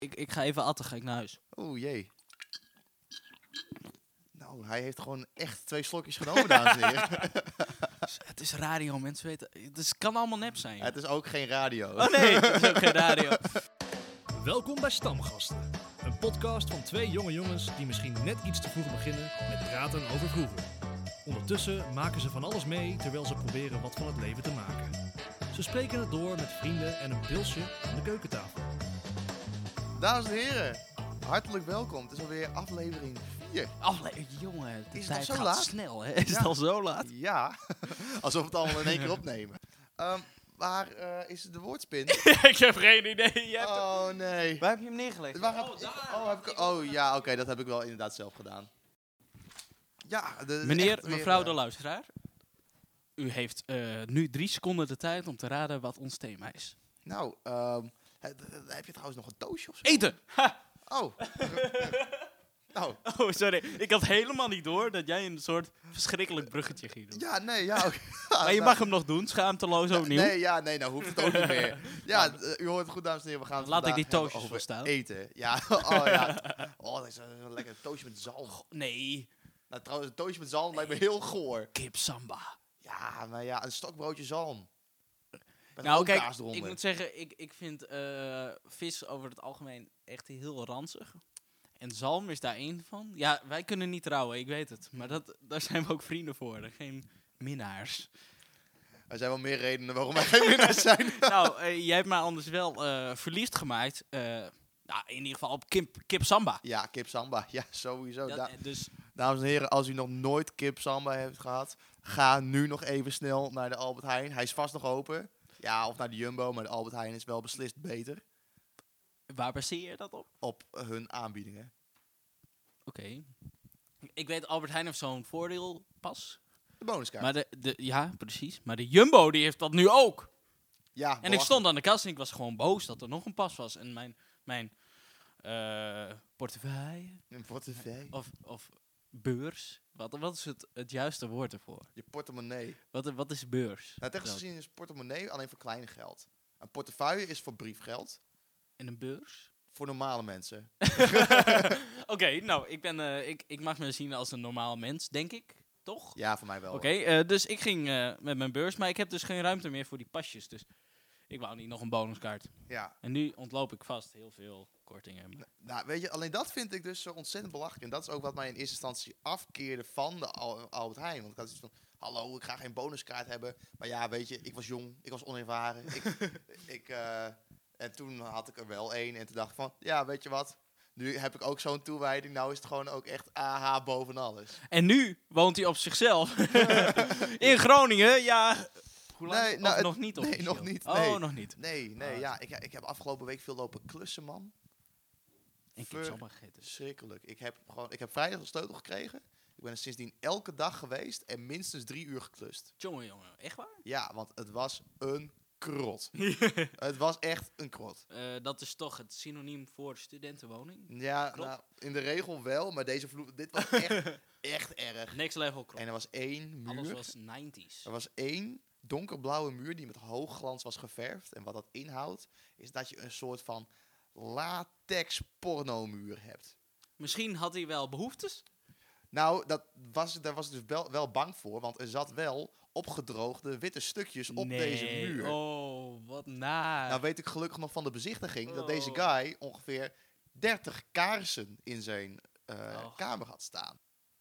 Ik ga even atten, ga ik naar huis. Oeh, jee. Nou, hij heeft gewoon echt 2 slokjes genomen, dames en heren. Het is radio, mensen weten. Het kan allemaal nep zijn. Het is ook geen radio. Oh nee, het is ook geen radio. Welkom bij Stamgasten. Een podcast van 2 jonge jongens die misschien net iets te vroeg beginnen met praten over vroeger. Ondertussen maken ze van alles mee terwijl ze proberen wat van het leven te maken. Ze spreken het door met vrienden en een pilsje aan de keukentafel. Dames en heren, hartelijk welkom. Het is alweer aflevering 4. Jongen, de Is het tijd al zo gaat laat? snel, hè? Is het Ja. al zo laat? Ja, alsof we het allemaal in één keer opnemen. Waar is de woordspin? Ik heb geen idee. Oh nee. Waar heb je hem neergelegd? Ja, oké, dat heb ik wel inderdaad zelf gedaan. Ja, Meneer, mevrouw de luisteraar. U heeft nu 3 seconden de tijd om te raden wat ons thema is. Nou, heb je trouwens nog een toastje of zo? Eten! Ha! Oh. Nou, Oh, sorry. Ik had helemaal niet door dat jij een soort verschrikkelijk bruggetje ging doen. ja, nee, ja, oké. Maar je mag hem nog doen, schaamteloos opnieuw. Nee, nou hoeft het ook niet meer. Ja, u hoort het goed, dames en heren. We gaan het Laat ik die vandaag toastjes hebben over verstaan. eten. Ja, oh ja. Oh, dat is een lekker toastje met zalm. Nee, Nou, trouwens, een toastje met zalm lijkt me heel goor. kip samba. Ja, maar ja, een stokbroodje zalm. Met Nou, kijk, kaas eronder. ik moet zeggen, ik vind vis over het algemeen echt heel ranzig. En zalm is daar één van. Ja, wij kunnen niet trouwen, ik weet het. Maar daar zijn we ook vrienden voor, geen minnaars. Er zijn wel meer redenen waarom wij geen winnaars zijn. Nou, jij hebt mij anders wel verliefd gemaakt. Nou, in ieder geval op kip samba. Ja, kip samba. Ja, sowieso. Dus Dames en heren, als u nog nooit kip samba heeft gehad, ga nu nog even snel naar de Albert Heijn. Hij is vast nog open. Ja, of naar de Jumbo, maar de Albert Heijn is wel beslist beter waar baseer je dat op? op hun aanbiedingen. Oké. Ik weet, Albert Heijn heeft zo'n voordeelpas. De bonuskaart. Maar ja, precies. Maar de Jumbo die heeft dat nu ook. Ja, En ik stond aan de kast en ik was gewoon boos dat er nog een pas was. En mijn portefeuille een portefeuille. of beurs. Wat is het juiste woord ervoor? Je portemonnee. Wat is beurs? Nou, technisch gezien is portemonnee alleen voor klein geld. Een portefeuille is voor briefgeld. En een beurs? Voor normale mensen. Oké, nou, ik mag me zien als een normaal mens, denk ik. Toch? Ja, voor mij wel. Oké, dus ik ging met mijn beurs, maar ik heb dus geen ruimte meer voor die pasjes. Dus ik wou niet nog een bonuskaart. Ja. En nu ontloop ik vast heel veel kortingen. Nou, weet je, alleen dat vind ik dus zo ontzettend belachelijk. En dat is ook wat mij in eerste instantie afkeerde van de Albert Heijn. Want ik had zoiets van, hallo, ik ga geen bonuskaart hebben. Maar ja, weet je, ik was jong, ik was onervaren. En toen had ik er wel één. En toen dacht ik van, ja, weet je wat? Nu heb ik ook zo'n toewijding. Nou is het gewoon ook echt AH boven alles. En nu woont hij op zichzelf. In Groningen, ja. Hoe lang? Nee, Of nou, nog niet officieel? nog niet, Oh, nee. nog niet. Nee, ja, ik heb afgelopen week veel lopen klussen, man. En kip samba gegeten. Verschrikkelijk. Ik heb vrijdag de sleutel gekregen. Ik ben er sindsdien elke dag geweest en minstens 3 uur geklust. Jongen, echt waar? Ja, want het was een krot. Het was echt een krot. Dat is toch het synoniem voor studentenwoning? Ja, Krot? nou, in de regel wel, maar dit was echt, echt erg. Next level krot. En er was één Alles muur. was 90s. Er was één donkerblauwe muur die met hoogglans was geverfd. En wat dat inhoudt, is dat je een soort van latex pornomuur hebt. Misschien had hij wel behoeftes? Nou, daar was ik dus wel bang voor, want er zat wel opgedroogde witte stukjes op deze muur. Oh, wat naar. Nou weet ik gelukkig nog van de bezichtiging dat deze Oh. guy ongeveer 30 kaarsen in zijn kamer had staan.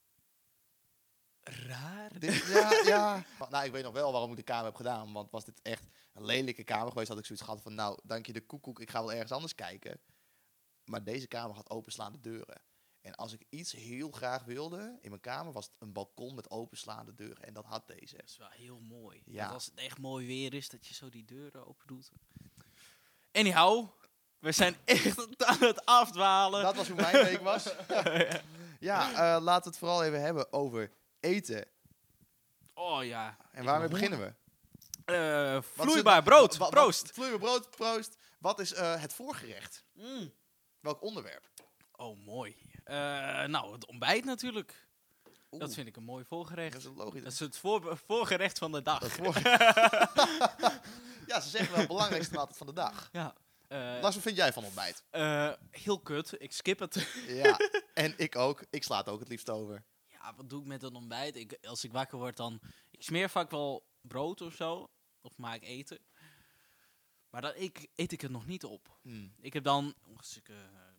Raar. Ja. Nou, ik weet nog wel waarom ik de kamer heb gedaan, want was dit echt een lelijke kamer geweest, had ik zoiets gehad van, nou, dank je de koekoek, ik ga wel ergens anders kijken. Maar deze kamer had openslaande deuren. En als ik iets heel graag wilde in mijn kamer, was het een balkon met openslaande deuren. En dat had deze. Dat is wel heel mooi. Ja. Want als het echt mooi weer is, dat je zo die deuren open doet. Anyhow, we zijn echt aan het afdwalen. Dat was hoe mijn week was. Ja, laten we het vooral even hebben over eten. Oh ja. En waarmee beginnen we? Vloeibaar brood. Proost. Vloeibaar brood, proost. Wat is het voorgerecht? Mm. Welk onderwerp? Oh, mooi. Nou, het ontbijt natuurlijk. Oeh, Dat vind ik een mooi voorgerecht. dat is logisch. Dat is het voorgerecht van de dag. Dat Ja, ze zeggen wel het belangrijkste maaltijd van de dag. Ja. Lars, wat vind jij van ontbijt? Heel kut. Ik skip het. Ja, en ik ook. Ik sla het ook het liefst over. Ja, wat doe ik met een ontbijt? Als ik wakker word, dan... Ik smeer vaak wel brood of zo. Of maak eten. Maar dan eet ik het nog niet op. Ik heb dan... Als ik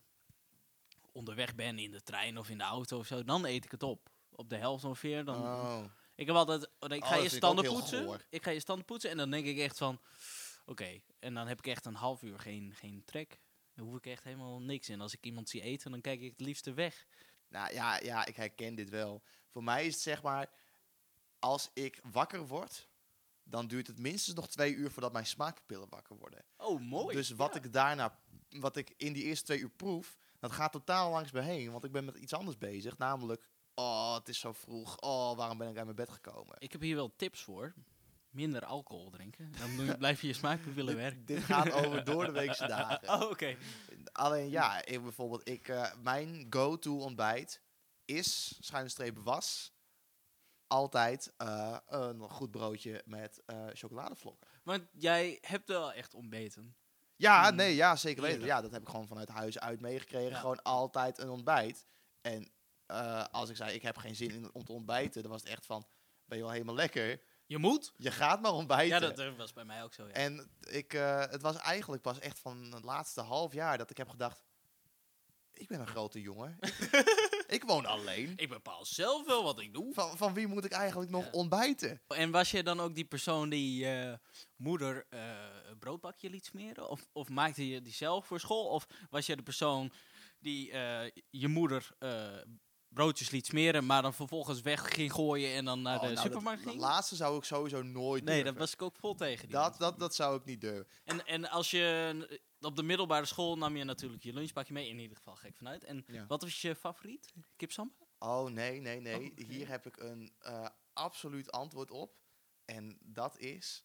onderweg ben in de trein of in de auto of zo... Dan eet ik het op. Op de helft ongeveer. Dan, Oh. Ik heb altijd... Ik ga dat je vind ik ook standen heel poetsen. goor. Ik ga je standen poetsen en dan denk ik echt van... Oké. En dan heb ik echt een half uur geen trek. Dan hoef ik echt helemaal niks in. Als ik iemand zie eten, dan kijk ik het liefste weg. Nou ja, ik herken dit wel. Voor mij is het zeg maar, als ik wakker word, dan duurt het minstens nog 2 uur voordat mijn smaakpapillen wakker worden. Oh, mooi. Dus wat ik in die eerste 2 uur proef, dat gaat totaal langs me heen. Want ik ben met iets anders bezig, namelijk, oh, het is zo vroeg. Oh, waarom ben ik uit mijn bed gekomen? Ik heb hier wel tips voor. Minder alcohol drinken. Dan blijf je je smaakpapillen werken. Dit gaat over door de weekse dagen. Oh, oké. Alleen ja, mijn go-to ontbijt is, was, altijd een goed broodje met chocoladevlokken. Want jij hebt wel echt ontbeten. Ja, zeker weten. Heerlijk. Ja, dat heb ik gewoon vanuit huis uit meegekregen. Ja. Gewoon altijd een ontbijt. En als ik zei, ik heb geen zin om te ontbijten, dan was het echt van, ben je wel helemaal lekker? Je moet? Je gaat maar ontbijten. Ja, dat was bij mij ook zo. Ja. En het was eigenlijk pas echt van het laatste half jaar dat ik heb gedacht, ik ben een grote jongen. Ik woon alleen. Ik bepaal zelf wel wat ik doe. Van wie moet ik eigenlijk nog ontbijten? En was je dan ook die persoon die moeder een broodbakje liet smeren? Of maakte je die zelf voor school? Of was je de persoon die je moeder broodjes liet smeren, maar dan vervolgens weg ging gooien en dan naar de supermarkt Dat ging? laatste zou ik sowieso nooit Nee, durven. dat was ik ook vol tegen. Dat zou ik niet durven. En als je op de middelbare school nam je natuurlijk je lunchbakje mee, in ieder geval gek vanuit. En Ja. wat was je favoriet? Kipsamba? Oh, nee. Oh, oké. Hier heb ik een absoluut antwoord op. En dat is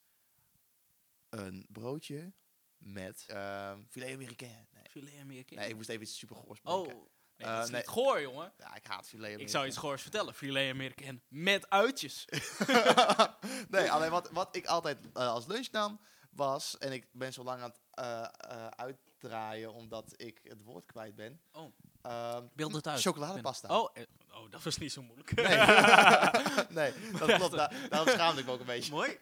een broodje met filet américain. Filet Amerikaan. Nee, ik moest even iets super goors Oh, bedenken. nee, dat is nee. niet goor, jongen. Ja, ik haat filet américain. Ik zou iets goors vertellen. Filet Amerikaan met uitjes. Nee, alleen wat ik altijd als lunch nam was, en ik ben zo lang aan het uitdraaien omdat ik het woord kwijt ben. Oh. Ehm, Beeld het uit. Chocoladepasta. Oh, dat was niet zo moeilijk. Nee, nee, dat klopt. Daarom schaamde ik me ook een beetje. Mooi.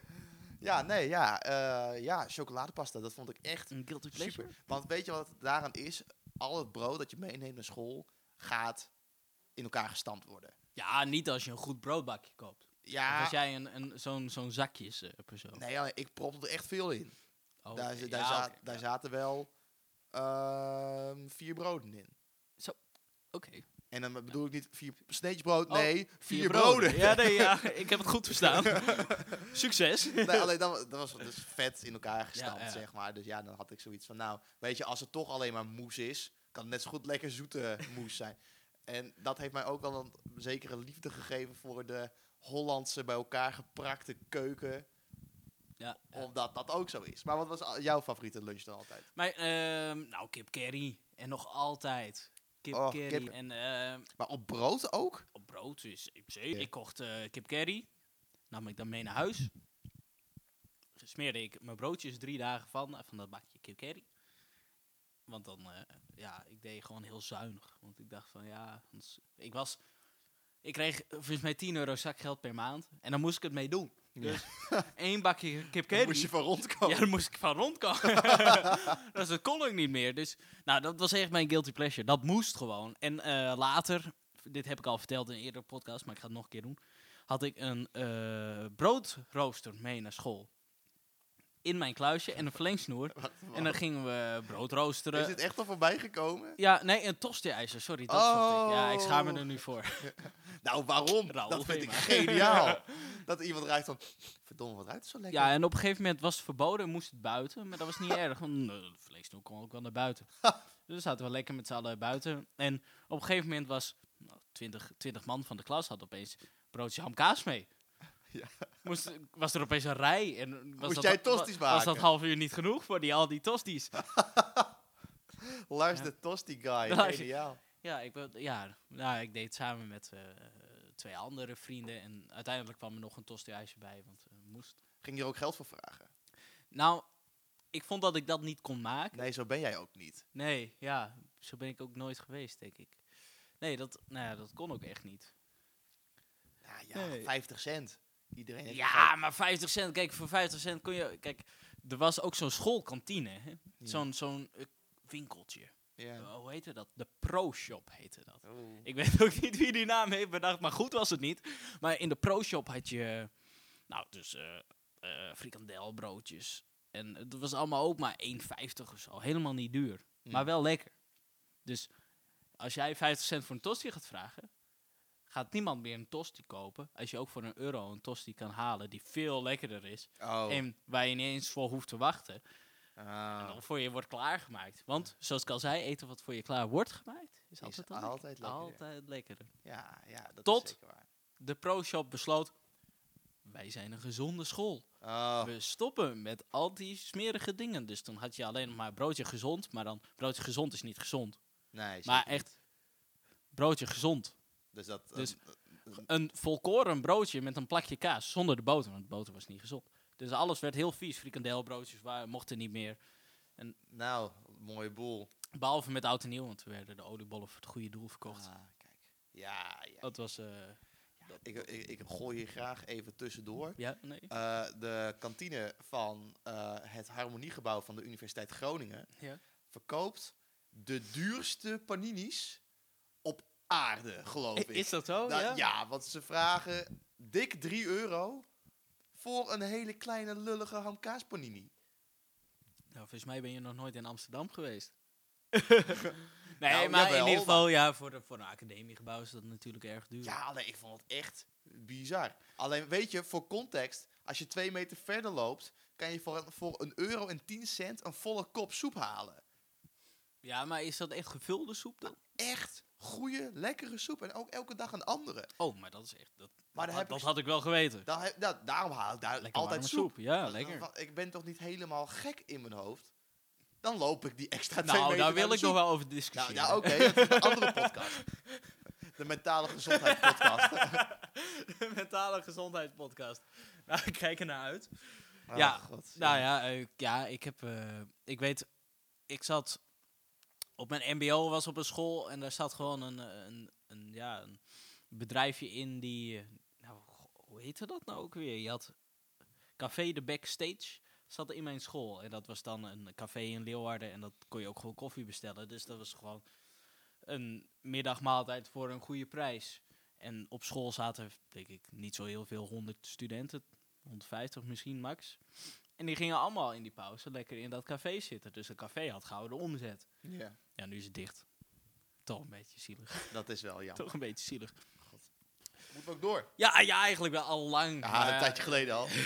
Ja, chocoladepasta, dat vond ik echt Een guilty pleasure. super. Want weet je wat het daaraan is? Al het brood dat je meeneemt naar school gaat in elkaar gestampt worden. Ja, niet als je een goed broodbakje koopt. Of Ja, als jij zo'n zakjes persoon. nee, ja, ik propte er echt veel in. Oh, Daar, oké. daar, Ja, za- oké, daar ja. zaten wel 4 broden in. Oké. En dan bedoel ik niet 4 sneetjes brood, Oh, nee, 4 broden. Ja, nee, ja, ik heb het goed verstaan. Succes. Nee, alleen dat was dus vet in elkaar gestampt, Ja. zeg maar. Dus ja, dan had ik zoiets van, nou, weet je, als het toch alleen maar moes is, kan het net zo goed lekker zoete moes zijn. En dat heeft mij ook wel een zekere liefde gegeven voor de Hollandse bij elkaar geprakte keuken, Ja. omdat dat ook zo is. Maar wat was jouw favoriete lunch dan altijd? Maar, nou, kip curry. En nog altijd. Kip Oh, curry. kip. En Maar op brood ook? op brood is ik kocht kip curry. Nam ik dan mee naar huis. Smeerde ik mijn broodjes 3 dagen van dat bakje kip curry. Want dan, ik deed gewoon heel zuinig. Want ik dacht van, ik kreeg volgens mij €10 zakgeld per maand. En dan moest ik het mee doen. Dus 1 bakje kip Daar curry. moest je van rondkomen. Ja, daar moest ik van rondkomen. Dus dat kon ik niet meer. Dus, nou, dat was echt mijn guilty pleasure. Dat moest gewoon. En later, dit heb ik al verteld in een eerdere podcast, maar ik ga het nog een keer doen. Had ik een broodrooster mee naar school. In mijn kluisje en een verlengsnoer. En dan gingen we brood roosteren. Is dit echt al voorbij gekomen? Ja, nee, een tosti-ijzer, sorry. Dat zocht ik. Ja, ik schaam me er nu voor. Nou, waarom? Raoul Dat vind ik Vema. geniaal. Dat iemand ruikt van, verdomme, wat ruikt het zo lekker. Ja, en op een gegeven moment was het verboden en moest het buiten. Maar dat was niet erg, want de vleesnoer kon ook wel naar buiten. Dus dan zaten we lekker met z'n allen buiten. En op een gegeven moment was 20 man van de klas had opeens broodje hamkaas mee. Ja. Was er opeens een rij. En was Moest jij tosties Was dat maken? half uur niet genoeg voor al die tosties? Lars Ja. de Tosti Guy, Lars- geniaal. Ja, ik deed het samen met 2 andere vrienden. En uiteindelijk kwam er nog een tosti-ijzer bij, want moest. Ging je er ook geld voor vragen? Nou, ik vond dat ik dat niet kon maken. Nee, zo ben jij ook niet. Nee, ja, zo ben ik ook nooit geweest, denk ik. Nee, dat kon ook echt niet. Ja, Nee. 50 cent. Iedereen heeft Ja, maar 50 cent, kijk, voor 50 cent kon je... Kijk, er was ook zo'n schoolkantine, hè? Ja. Zo'n winkeltje. Ja. Hoe heette dat? De Pro-shop heette dat. Oh. Ik weet ook niet wie die naam heeft bedacht, maar goed was het niet. Maar in de Pro-shop had je, frikandelbroodjes. En het was allemaal ook maar 1,50 of zo. Helemaal niet duur, maar wel lekker. Dus als jij 50 cent voor een tosti gaat vragen, gaat niemand meer een tosti kopen. Als je ook voor €1 een tosti kan halen die veel lekkerder is. Oh. En waar je niet eens voor hoeft te wachten. En Ah. dan voor je wordt klaargemaakt. Want, zoals ik al zei, eten wat voor je klaar wordt gemaakt, is Is altijd, altijd lekker. altijd lekkerder. Ja, dat Tot- is zeker waar. De Pro-shop besloot, wij zijn een gezonde school. Oh. We stoppen met al die smerige dingen. Dus toen had je alleen nog maar broodje gezond. Maar dan, broodje gezond is niet gezond. Nee, Maar zeker echt, niet. broodje gezond. Dus dat... Dus- Een volkoren broodje met een plakje kaas, zonder de boter. Want de boter was niet gezond. Dus alles werd heel vies. Frikandelbroodjes mochten niet meer. nou, mooie boel. Behalve met oud en nieuw, want we werden de oliebollen voor het goede doel verkocht. Ah, kijk. Ja. Dat was... Ik gooi hier graag even tussendoor. ja, nee. De kantine van het Harmoniegebouw van de Universiteit Groningen Ja. verkoopt de duurste paninis op aarde, geloof ik. Is dat zo? Nou, ja? want ze vragen dik €3 voor een hele kleine lullige hamkaaspanini. Nou, volgens mij ben je nog nooit in Amsterdam geweest. Nee, Nou, maar jawel, in ieder geval, ja, voor een academiegebouw is dat natuurlijk erg duur. Ja, nee, ik vond het echt bizar. Alleen, weet je, voor context, als je 2 meter verder loopt, kan je voor €1,10 een volle kop soep halen. Ja, maar is dat echt gevulde soep dan? Echt goede, lekkere soep. En ook elke dag een andere. Oh, maar dat is echt... Maar dan heb dat ik- had ik wel geweten. Daarom haal ik daar Lekker altijd warme soep. Ja, lekker. Ik ben toch niet helemaal gek in mijn hoofd? Dan loop ik die extra 2 meter Nou, daar naar wil de ik nog soep. wel over discussiëren. Nou, oké, dat is een andere podcast. De mentale gezondheidspodcast. De mentale gezondheidspodcast. Nou, ik kijk er naar uit. Oh, Ja, God, Nou ja, ik heb... ik weet... Ik zat... Op mijn mbo was op een school en daar zat gewoon een bedrijfje in die... hoe heette dat nou ook weer? Je had Café de Backstage zat in mijn school. En dat was dan een café in Leeuwarden en dat kon je ook gewoon koffie bestellen. Dus dat was gewoon een middagmaaltijd voor een goede prijs. En op school zaten, denk ik, niet zo heel veel 100 studenten. 150 misschien max. En die gingen allemaal in die pauze lekker in dat café zitten. Dus een café had gouden omzet. Ja, Ja, nu is het dicht. Toch een beetje zielig. dat is wel jammer. Toch een beetje zielig. Moeten we ook door? Ja, eigenlijk wel al lang. Ja, maar, een tijdje geleden al.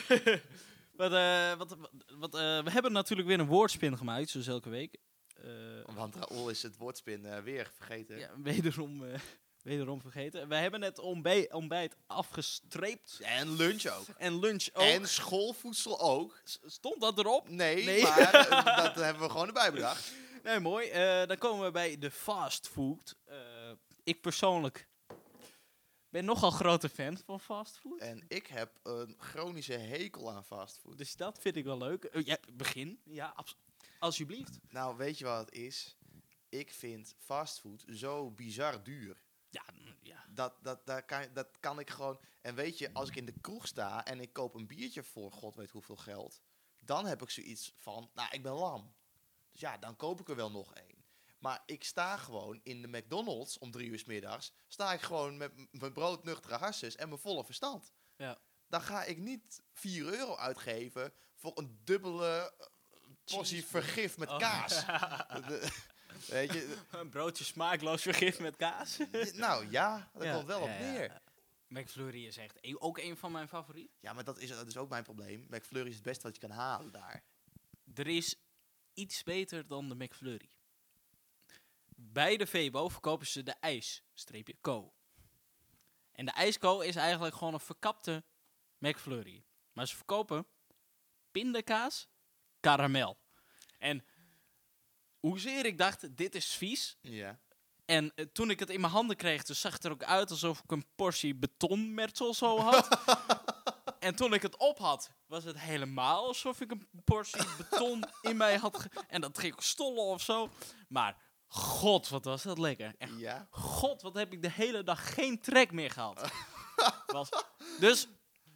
we hebben natuurlijk weer een woordspin gemaakt, zoals elke week. Want Raoul is het woordspin weer vergeten. Ja, wederom vergeten. We hebben het ontbijt afgestreept. En lunch ook. En lunch ook. En schoolvoedsel ook. Stond dat erop? Nee. Maar dat hebben we gewoon erbij bedacht. Nee, mooi. Dan komen we bij de fastfood. Ik persoonlijk ben nogal grote fan van fastfood. En ik heb een chronische hekel aan fastfood. Dus dat vind ik wel leuk. Ja, begin. Ja, alsjeblieft. Nou, weet je wat het is? Ik vind fastfood zo bizar duur. Ja. Dat kan ik gewoon... En weet je, als ik in de kroeg sta en ik koop een biertje voor god weet hoeveel geld, dan heb ik zoiets van, nou, ik ben lam. Dus ja, dan koop ik er wel nog één. Maar ik sta gewoon in de McDonald's om 3 uur 's middags, sta ik gewoon met mijn broodnuchtere harses en mijn volle verstand. Ja. Dan ga ik niet €4 uitgeven voor een dubbele portie vergif met kaas. Weet je, Een broodje smaakloos vergif met kaas. nou ja, dat Ja, komt wel op ja, neer. ja. McFlurry is echt ook een van mijn favorieten. Ja, maar dat is ook mijn probleem. McFlurry is het beste wat je kan halen daar. Er is iets beter dan de McFlurry. Bij de Febo verkopen ze de ijs-co. En de ijsco is eigenlijk gewoon een verkapte McFlurry. Maar ze verkopen pindakaas, karamel. En hoezeer ik dacht, dit is vies. Ja. En toen ik het in mijn handen kreeg, toen zag het er ook uit alsof ik een portie betonmertsel zo had. En toen ik het op had, was het helemaal alsof ik een portie beton in mij had. En dat ging stollen of zo. Maar god, wat was dat lekker. Echt, Ja. god, wat heb ik de hele dag geen trek meer gehad. Dus,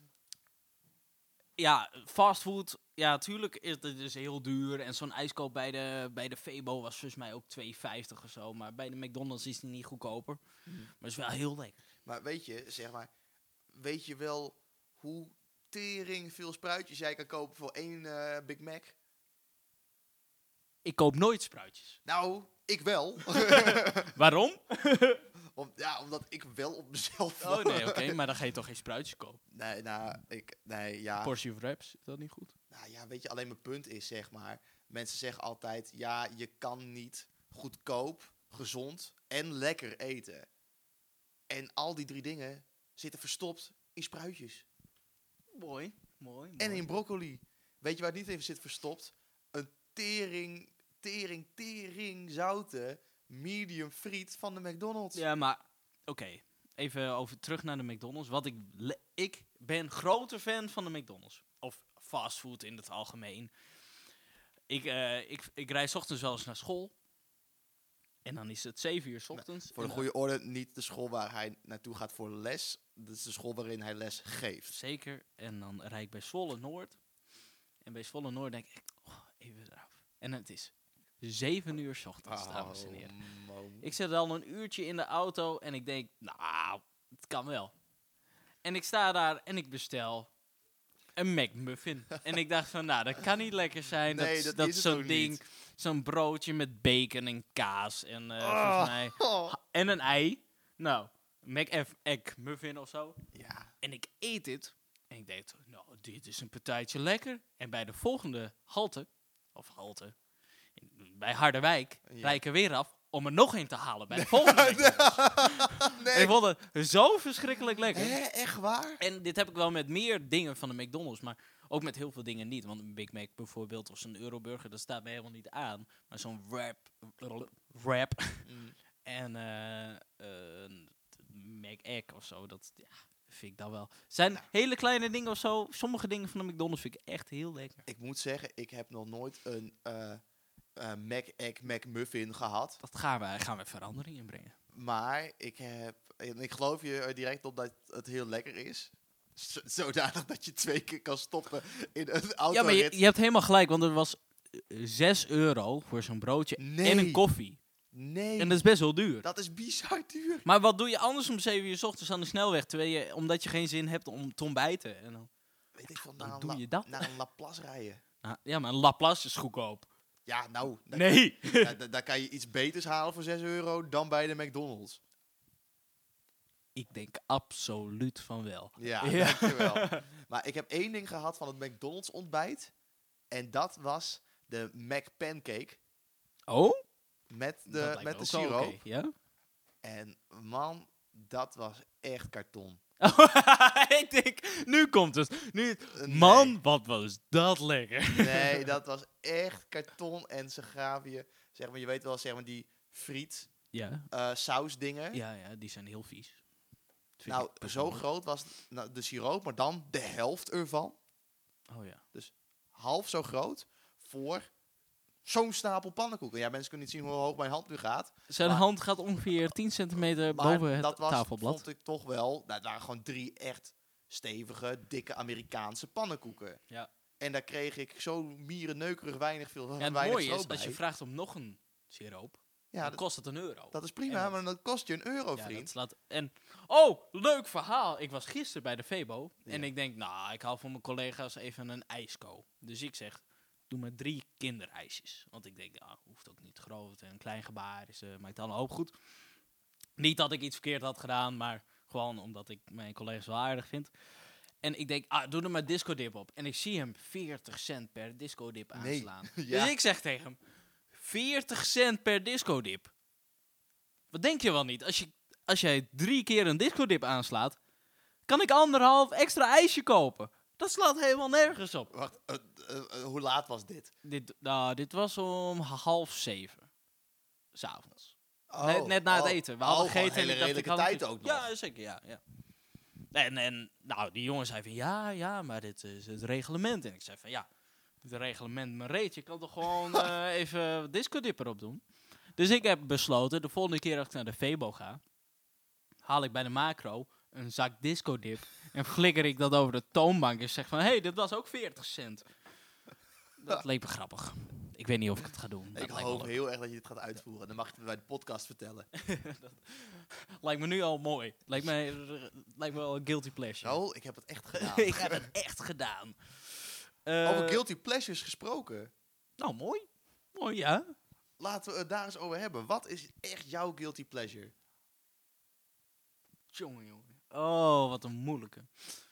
ja, fastfood, ja, tuurlijk is het dus heel duur. En zo'n ijskoop bij de Febo was volgens mij ook $2,50 of zo. Maar bij de McDonald's is die niet goedkoper. Maar het is wel heel lekker. Maar weet je wel hoe tering veel spruitjes jij kan kopen voor 1 Big Mac? Ik koop nooit spruitjes. Nou, ik wel. Waarom? Omdat ik wel op mezelf Oh nee, oké, maar dan ga je toch geen spruitjes kopen? Ja. Portie of wraps, is dat niet goed? Nou ja, weet je, alleen mijn punt is, zeg maar, mensen zeggen altijd, ja, je kan niet goedkoop, gezond en lekker eten. En al die 3 dingen zitten verstopt in spruitjes. Mooi. En in broccoli. Weet je waar het niet even zit verstopt? Een tering zoute medium friet van de McDonald's. Ja, maar oké. Even terug naar de McDonald's. Ik ben grote fan van de McDonald's. Of fastfood in het algemeen. Ik rijd 's ochtends wel eens naar school. En dan is het 7 uur 's ochtends. Voor de goede orde, niet de school waar hij naartoe gaat voor les. Dat is de school waarin hij les geeft. Zeker. En dan rijd ik bij Zwolle Noord. En bij Zwolle Noord denk ik, even eraf. En het is 7 uur 's ochtends, dames en heren. Man. Ik zit al een uurtje in de auto en ik denk, nou, het kan wel. En ik sta daar en ik bestel een McMuffin. En ik dacht van, nou, dat kan niet lekker zijn. Nee, dat dat is is het zo'n ook ding, niet. zo'n broodje met bacon en kaas en volgens mij... En een ei. Nou, Egg muffin of zo. Ja. En ik eet dit. En ik denk, nou, dit is een partijtje lekker. En bij de volgende halte, bij Harderwijk, rijd ik er weer af om er nog een te halen bij de volgende McDonald's. Nee. Ik vond het zo verschrikkelijk lekker. Hè, echt waar? En dit heb ik wel met meer dingen van de McDonald's, maar ook met heel veel dingen niet. Want een Big Mac bijvoorbeeld, of zo'n Euroburger, dat staat mij helemaal niet aan. Maar zo'n wrap en Mac Egg of zo, dat vind ik dan wel. Zijn hele kleine dingen of zo. Sommige dingen van de McDonald's vind ik echt heel lekker. Ik moet zeggen, ik heb nog nooit een Mac Egg McMuffin gehad. Dat gaan we verandering in brengen. Maar ik geloof je er direct op dat het heel lekker is. Zodanig dat je 2 keer kan stoppen in een autorit. Ja, maar je hebt helemaal gelijk, want er was €6 voor zo'n broodje en een koffie. Nee, En dat is best wel duur. dat is bizar duur. Maar wat doe je anders om 7 uur 's ochtends aan de snelweg, omdat je geen zin hebt om te ontbijten? En dan, Weet ik van, dan doe je dat. naar een Laplace rijden. Ja, maar een Laplace is goedkoop. Ja, nou, Nee! daar kan je iets beters halen voor €6 dan bij de McDonald's. Ik denk absoluut van wel. Ja, Ja. dankjewel. Maar ik heb 1 ding gehad van het McDonald's ontbijt. En dat was de Mac Pancake Oh? met Dat lijkt me de ook wel siroop. oké, ja? En man, dat was echt karton. Ik denk, nu komt het. Nee. Man, wat was dat lekker. Nee, dat was echt karton. En ze gaven je, zeg maar, je weet wel, zeg maar, die friet Ja, sausdingen. ja, die zijn heel vies. Vind Nou, ik zo persoonlijk. groot was de siroop, maar dan de helft ervan. Oh ja. Half zo groot voor zo'n stapel pannenkoeken. Ja, mensen kunnen niet zien hoe hoog mijn hand nu gaat. Zijn Maar- hand gaat ongeveer 10 centimeter Maar boven het dat was, tafelblad. vond ik toch wel, nou, het waren gewoon 3 echt stevige, dikke Amerikaanse pannenkoeken. Ja. En daar kreeg ik zo mierenneukerig weinig En het weinig mooie stroop is, als je bij. vraagt om nog een siroop, Ja, dan dat, kost het €1. dat is prima, En maar dan kost je €1, Ja, vriend. dat slaat... En, oh, leuk verhaal. Ik was gisteren bij de Febo. Ja. En ik denk, nou, ik haal voor mijn collega's even een ijsko. Dus ik zeg, doe maar 3 kinderijsjes. Want ik denk, nou, hoeft ook niet groot. En een klein gebaar maakt dan een hoop goed. Niet dat ik iets verkeerd had gedaan, maar gewoon omdat ik mijn collega's wel aardig vind. En ik denk, doe er maar disco dip op. En ik zie hem 40 cent per disco dip Nee. aanslaan. Ja. Dus ik zeg tegen hem, 40 cent per disco dip. Wat denk je wel niet? Als jij 3 keer een disco dip aanslaat, kan ik 1,5 extra ijsje kopen. Dat slaat helemaal nergens op. Wacht, hoe laat was dit? Dit was om 6:30. 's avonds. Oh, Net na het eten. We hadden gewoon gegeten. hele en ik dacht, redelijke ik had tijd het- ook nog. Ja, zeker. Ja. En nou, die jongen zei van, ja, maar dit is het reglement. En ik zei van, ja, het reglement me reet. Je kan toch gewoon even Disco Dip erop doen? Dus ik heb besloten, de volgende keer dat ik naar de Febo ga, haal ik bij de macro een zak Disco Dip en flikker ik dat over de toonbank en zeg van, hey, dit was ook 40 cent. Dat leek me grappig. Ik weet niet of ik het ga doen. Ik Dat lijkt me hoop leuk. heel erg dat je dit gaat uitvoeren. Dan mag je het bij de podcast vertellen. Lijkt me nu al mooi. Lijkt me wel een guilty pleasure. Nou, ik heb het echt gedaan. Ik heb het echt gedaan. Over guilty pleasures gesproken. Nou, mooi. Mooi, ja. Laten we het daar eens over hebben. Wat is echt jouw guilty pleasure? Jongen. Oh, wat een moeilijke.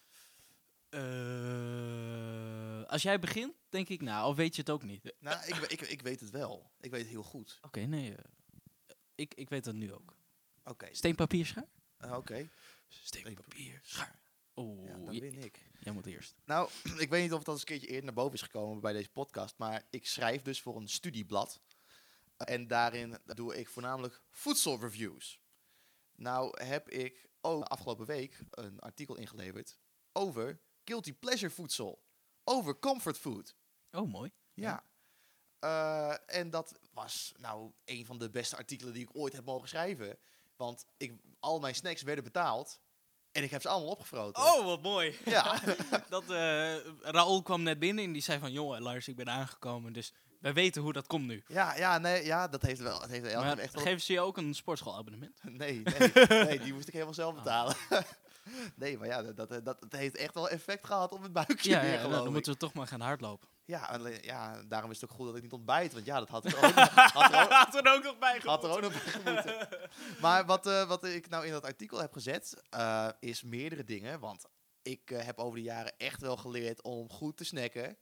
Als jij begint, denk ik, nou, of weet je het ook niet? Nou, ik weet het wel. Ik weet het heel goed. Oké, nee. Ik weet het nu ook. Oké. Steen, papier, schaar? Oké. Steen, papier, schaar. Oeh, Ja, dan win ik. jij moet eerst. Nou, ik weet niet of het al eens een keertje eerder naar boven is gekomen bij deze podcast. Maar ik schrijf dus voor een studieblad. En daarin doe ik voornamelijk voedselreviews. Nou heb ik ook afgelopen week een artikel ingeleverd over guilty pleasure voedsel. Over comfort food. Oh, mooi. Ja. En dat was nou een van de beste artikelen die ik ooit heb mogen schrijven. Want al mijn snacks werden betaald. En ik heb ze allemaal opgefroten. Oh, wat mooi. Ja. Raoul kwam net binnen en die zei van, jongen, Lars, ik ben aangekomen, dus wij weten hoe dat komt nu. Ja, dat heeft wel. Het heeft Maar echt wel. geven ze je ook een sportschoolabonnement? Nee, die moest ik helemaal zelf betalen. Nee, maar ja, dat heeft echt wel effect gehad op het buikje weer, Ja, geloof dan ik. moeten we toch maar gaan hardlopen. Ja, daarom is het ook goed dat ik niet ontbijt. Want ja, dat had er ook, Had er ook nog bij had er ook nog bij gemoeten. Maar wat ik nou in dat artikel heb gezet, is meerdere dingen. Want ik heb over de jaren echt wel geleerd om goed te snacken.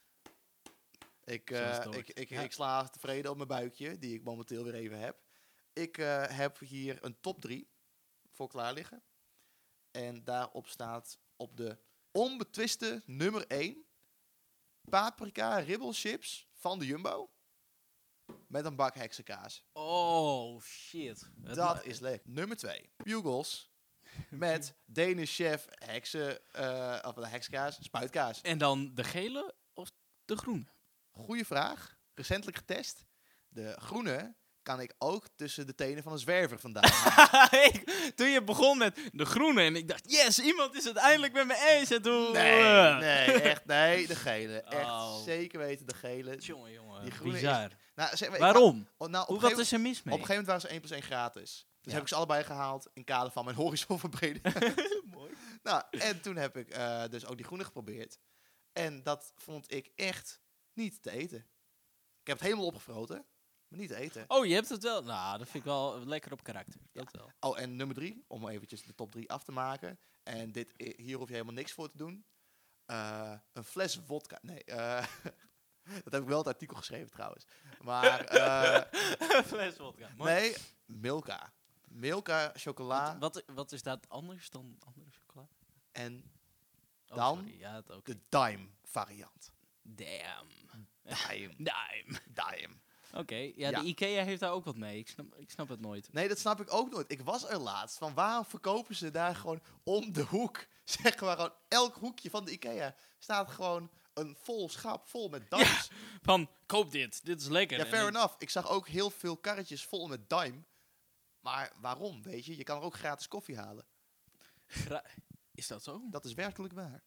Ik sla tevreden op mijn buikje, die ik momenteel weer even heb. Ik heb hier een top 3 voor klaar liggen. En daarop staat op de onbetwiste nummer 1... paprika ribbelchips van de Jumbo. Met een bak heksenkaas. Oh, shit. Dat is lekker. Nummer 2. Bugles. Met Danish chef heksenkaas, spuitkaas. En dan de gele of de groene? Goeie vraag. Recentelijk getest. De groene kan ik ook tussen de tenen van een zwerver vandaan halen. Toen je begon met de groene en ik dacht, yes, iemand is het eindelijk met me eens. En toen... Nee, de gele. Echt Oh. zeker weten de gele. Jongen, Die groene bizar. Nou, zeg maar, Waarom? Op Wat is er mis mee? een gegeven moment waren ze 1 + 1 gratis. Dus Ja. heb ik ze allebei gehaald in kader van mijn horizonverbreding. Mooi. Nou, en toen heb ik dus ook die groene geprobeerd. En dat vond ik echt niet te eten. Ik heb het helemaal opgefroten, maar niet te eten. Oh, je hebt het wel. Nou, dat vind ik wel lekker op karakter. Dat wel. Oh, en nummer 3, om eventjes de top 3 af te maken. En hier hoef je helemaal niks voor te doen. Een fles vodka. Nee, dat heb ik wel het artikel geschreven trouwens. Maar, Fles vodka. Mooi. nee, Milka. Milka chocola Wat is dat anders dan andere chocola? en Oh, Dan sorry. Ja, het ook. de Dime variant. Damn. Dime. Dime. Oké, ja, Ja. de IKEA heeft daar ook wat mee. Ik snap het nooit. Nee, dat snap ik ook nooit. Ik was er laatst. Van waarom verkopen ze daar gewoon om de hoek? Zeg maar gewoon, elk hoekje van de IKEA staat gewoon een vol schap vol met dimes. Van, koop dit. Dit is lekker. Ja, En fair ik- enough. Ik zag ook heel veel karretjes vol met dime. Maar waarom, weet je? Je kan er ook gratis koffie halen. Is dat zo? Dat is werkelijk waar.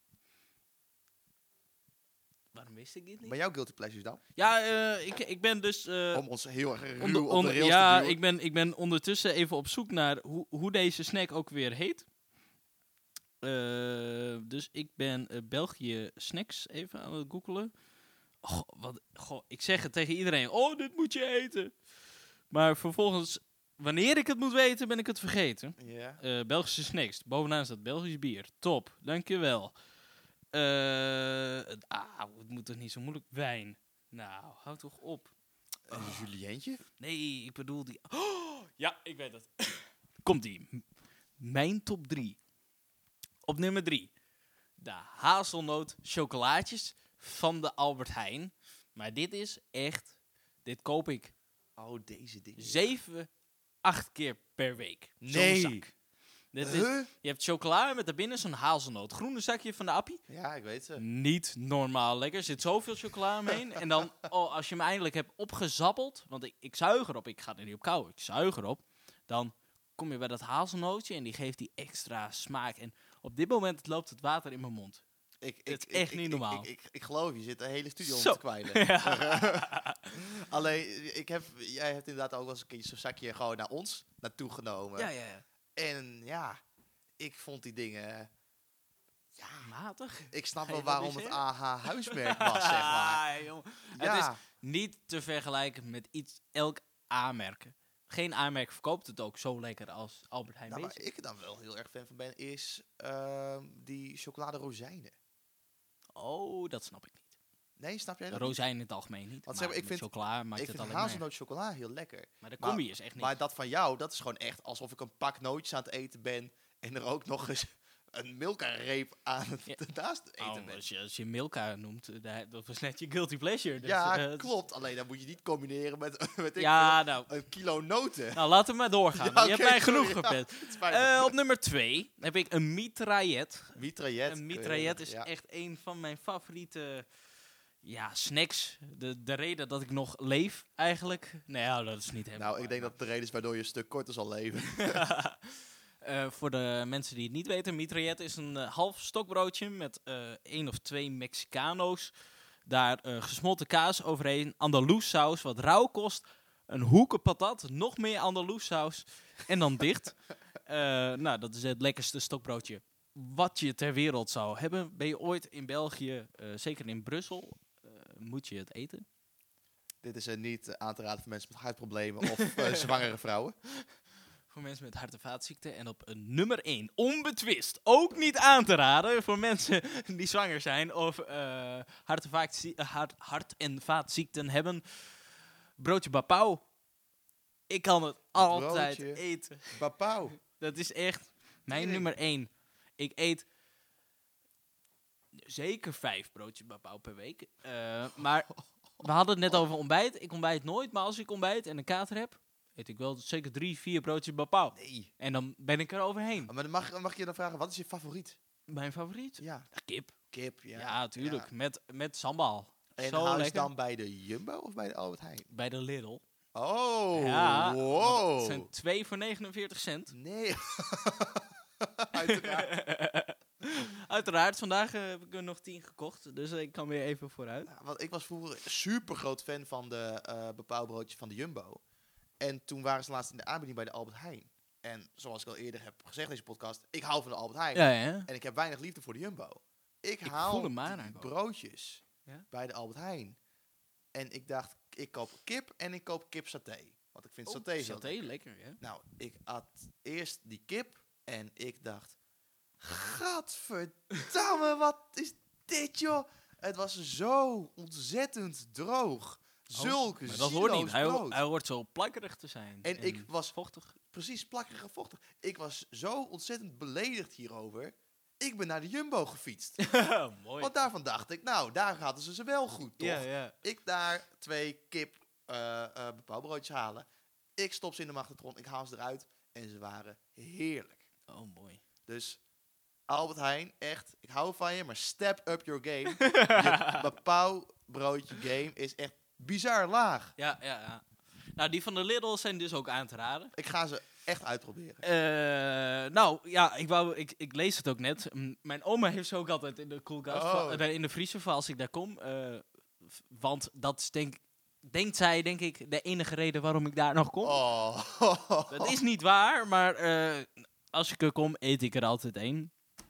Waarom wist ik dit niet? Maar jouw guilty pleasures dan? Ja, ik ben dus... Om ons heel erg ruw op de rails ja, te duwen. ik ben ondertussen even op zoek naar hoe deze snack ook weer heet. Dus ik ben België snacks even aan het googelen. Ik zeg het tegen iedereen. Oh, dit moet je eten. Maar vervolgens, wanneer ik het moet weten, ben ik het vergeten. Ja. Belgische snacks. Bovenaan staat Belgisch bier. Top, dankjewel. Het moet toch niet zo moeilijk. Wijn. Nou, houd toch op. Een julientje? Nee, ik bedoel die... Oh, ja, ik weet het. Komt-ie. Mijn top 3. Op nummer 3. De hazelnoot chocolaatjes van de Albert Heijn. Maar dit is echt... Dit koop ik Oh, deze dingen. 7, 8 keer per week. Zo'n Nee. zak. Je hebt chocola met daarbinnen zo'n hazelnoot. Groene zakje van de Appie. Ja, ik weet ze. Niet normaal lekker. Er zit zoveel chocola omheen. En dan, als je hem eindelijk hebt opgezappeld. Want ik zuig erop. Ik ga er niet op kauwen. Ik zuig erop. Dan kom je bij dat hazelnootje. En die geeft die extra smaak. En op dit moment loopt het water in mijn mond. Het is echt niet normaal. Ik geloof, je zit de hele studio om Zo. te kwijlen. Ja. Alleen, jij hebt inderdaad ook wel eens een keertje zo'n zakje gewoon naar ons naartoe genomen. Ja. En ja, ik vond die dingen... Ja, Matig. ik snap Ga wel je dat waarom nu het zeggen? AH-huismerk was, zeg maar. Ah, jongen. Ja, Het is niet te vergelijken met elk A-merk. Geen A-merk verkoopt het ook zo lekker als Albert Heijn nou, waar Basic. ik er dan wel heel erg fan van ben, is die chocolade rozijnen. Oh, dat snap ik niet. Nee, snap jij De dat niet? rozijn in het algemeen niet. Want Maar zeg maar, ik met vind- chocola maakt Ik het vind alleen maar. hazelnoot chocola heel lekker. Maar de combi is echt niet. Maar dat van jou, dat is gewoon echt alsof ik een pak nootjes aan het eten ben en er ook nog eens een Milka-reep aan het Ja. naast eten ben. Als je Milka noemt, dat was net je guilty pleasure. Dus, Ja, het is- klopt. Alleen dan moet je niet combineren met Ja, nou, een kilo noten. nou, laten we maar doorgaan. Ja, je hebt oké, mij genoeg sorry, ja. gepet. Het spijt me. Op nummer 2 heb ik een mitraillet. Mitraillet. Een mitraillet is ja. echt een van mijn favoriete snacks. De reden dat ik nog leef, eigenlijk. Nou ja, dat is niet helemaal Nou, ik denk dat de reden is waardoor je een stuk korter zal leven. voor de mensen die het niet weten, mitraillet is een half stokbroodje met 1 of 2 Mexicano's. Daar gesmolten kaas overheen, Andaloes saus, wat rauw kost, een hoeken patat, nog meer Andaloes saus en dan dicht. Nou, dat is het lekkerste stokbroodje wat je ter wereld zou hebben. Ben je ooit in België, zeker in Brussel, moet je het eten? Dit is niet aan te raden voor mensen met hartproblemen of zwangere vrouwen. Voor mensen met hart- en vaatziekten. En op nummer 1, onbetwist, ook niet aan te raden voor mensen die zwanger zijn of hart- en vaatziekten hebben. Broodje Bapau. Ik kan het altijd Broodje eten. Bapau. Dat is echt mijn Tering. nummer 1. Ik eet zeker 5 broodjes Bapau per week. Maar we hadden het net over ontbijt. Ik ontbijt nooit, maar als ik ontbijt en een kater heb, eet ik wel zeker 3, 4 broodjes Bapau. Nee. En dan ben ik er overheen. Maar dan mag ik je dan vragen, wat is je favoriet? Mijn favoriet? Ja, Kip. kip. Ja, tuurlijk. Ja. Met sambal. En Zo hou je lekker. dan bij de Jumbo of bij de Albert Heijn? Bij de Lidl. Oh, Ja, wow. Het zijn 2 voor 49 cent. Nee. Uiteraard. Uiteraard, vandaag heb ik er nog 10 gekocht. Dus ik kan weer even vooruit. Nou, want ik was vroeger super groot fan van de bepaalbroodjes van de Jumbo. En toen waren ze laatst in de aanbieding bij de Albert Heijn. En zoals ik al eerder heb gezegd in deze podcast, ik hou van de Albert Heijn. Ja, ja. En ik heb weinig liefde voor de Jumbo. Ik voel haal hem maar die aankomen. broodjes Ja? bij de Albert Heijn. En ik dacht, ik koop kip en ik koop kipsaté. Want ik vind saté heel Saté, lekker. lekker, ja. Nou, ik at eerst die kip en ik dacht, gadverdamme, wat is dit, joh? Het was zo ontzettend droog. Zulke Maar dat hoort niet. zieloos brood. Hij hoort zo plakkerig te zijn. En ik was vochtig. precies plakkerig en vochtig. Ik was zo ontzettend beledigd hierover. Ik ben naar de Jumbo gefietst. Mooi. Want daarvan dacht ik, nou, daar hadden ze wel goed, toch? Ja, ja. Ik daar 2 kip bepaalbroodjes halen. Ik stop ze in de magnetron, ik haal ze eruit. En ze waren heerlijk. Oh, mooi. Dus Albert Heijn, echt, ik hou van je, maar step up your game. Je bepaalbroodje game is echt bizar laag. Ja. Nou, die van de Lidl zijn dus ook aan te raden. Ik ga ze echt uitproberen. Nou, ja, ik lees het ook net. Mijn oma heeft ze ook altijd in de koelkast, Oh. in de vriezer, voor als ik daar kom. Want dat is denkt zij, denk ik, de enige reden waarom ik daar nog kom. Oh. Dat is niet waar, maar als ik er kom, eet ik er altijd één.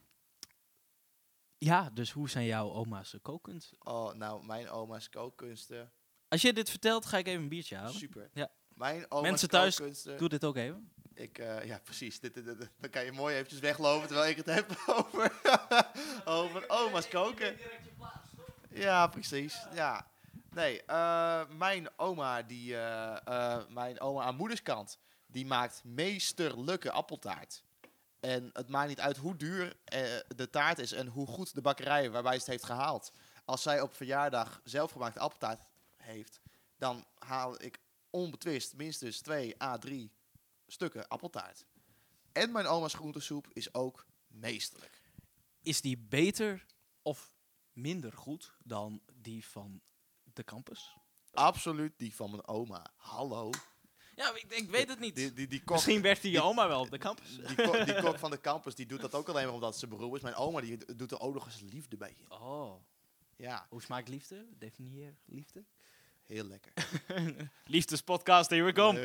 Ja, dus hoe zijn jouw oma's kookkunst? Oh, nou, mijn oma's kookkunsten, Als je dit vertelt, ga ik even een biertje halen. super. Ja. Mijn oma's Mensen thuis, kookkunsten, doe dit ook even. ja, precies. Dan kan je mooi eventjes weglopen terwijl ik het heb over oma's koken. Ja, precies. Ja. Nee, mijn oma aan moederskant, die maakt meesterlijke appeltaart. En het maakt niet uit hoe duur de taart is en hoe goed de bakkerij waarbij ze het heeft gehaald. Als zij op verjaardag zelfgemaakte appeltaart heeft, dan haal ik onbetwist minstens 2 à 3 stukken appeltaart. En mijn oma's groentesoep is ook meesterlijk. Is die beter of minder goed dan die van de campus? Absoluut die van mijn oma. Hallo. Ja, ik weet het niet. Die kok, Misschien werd die je oma wel op de campus. die kok van de campus, die doet dat ook alleen maar omdat ze beroep is. Mijn oma, die doet er ook nog eens liefde bij in. Oh, Ja, hoe smaakt liefde? Definieer liefde. heel lekker. Liefdespodcast, here we come.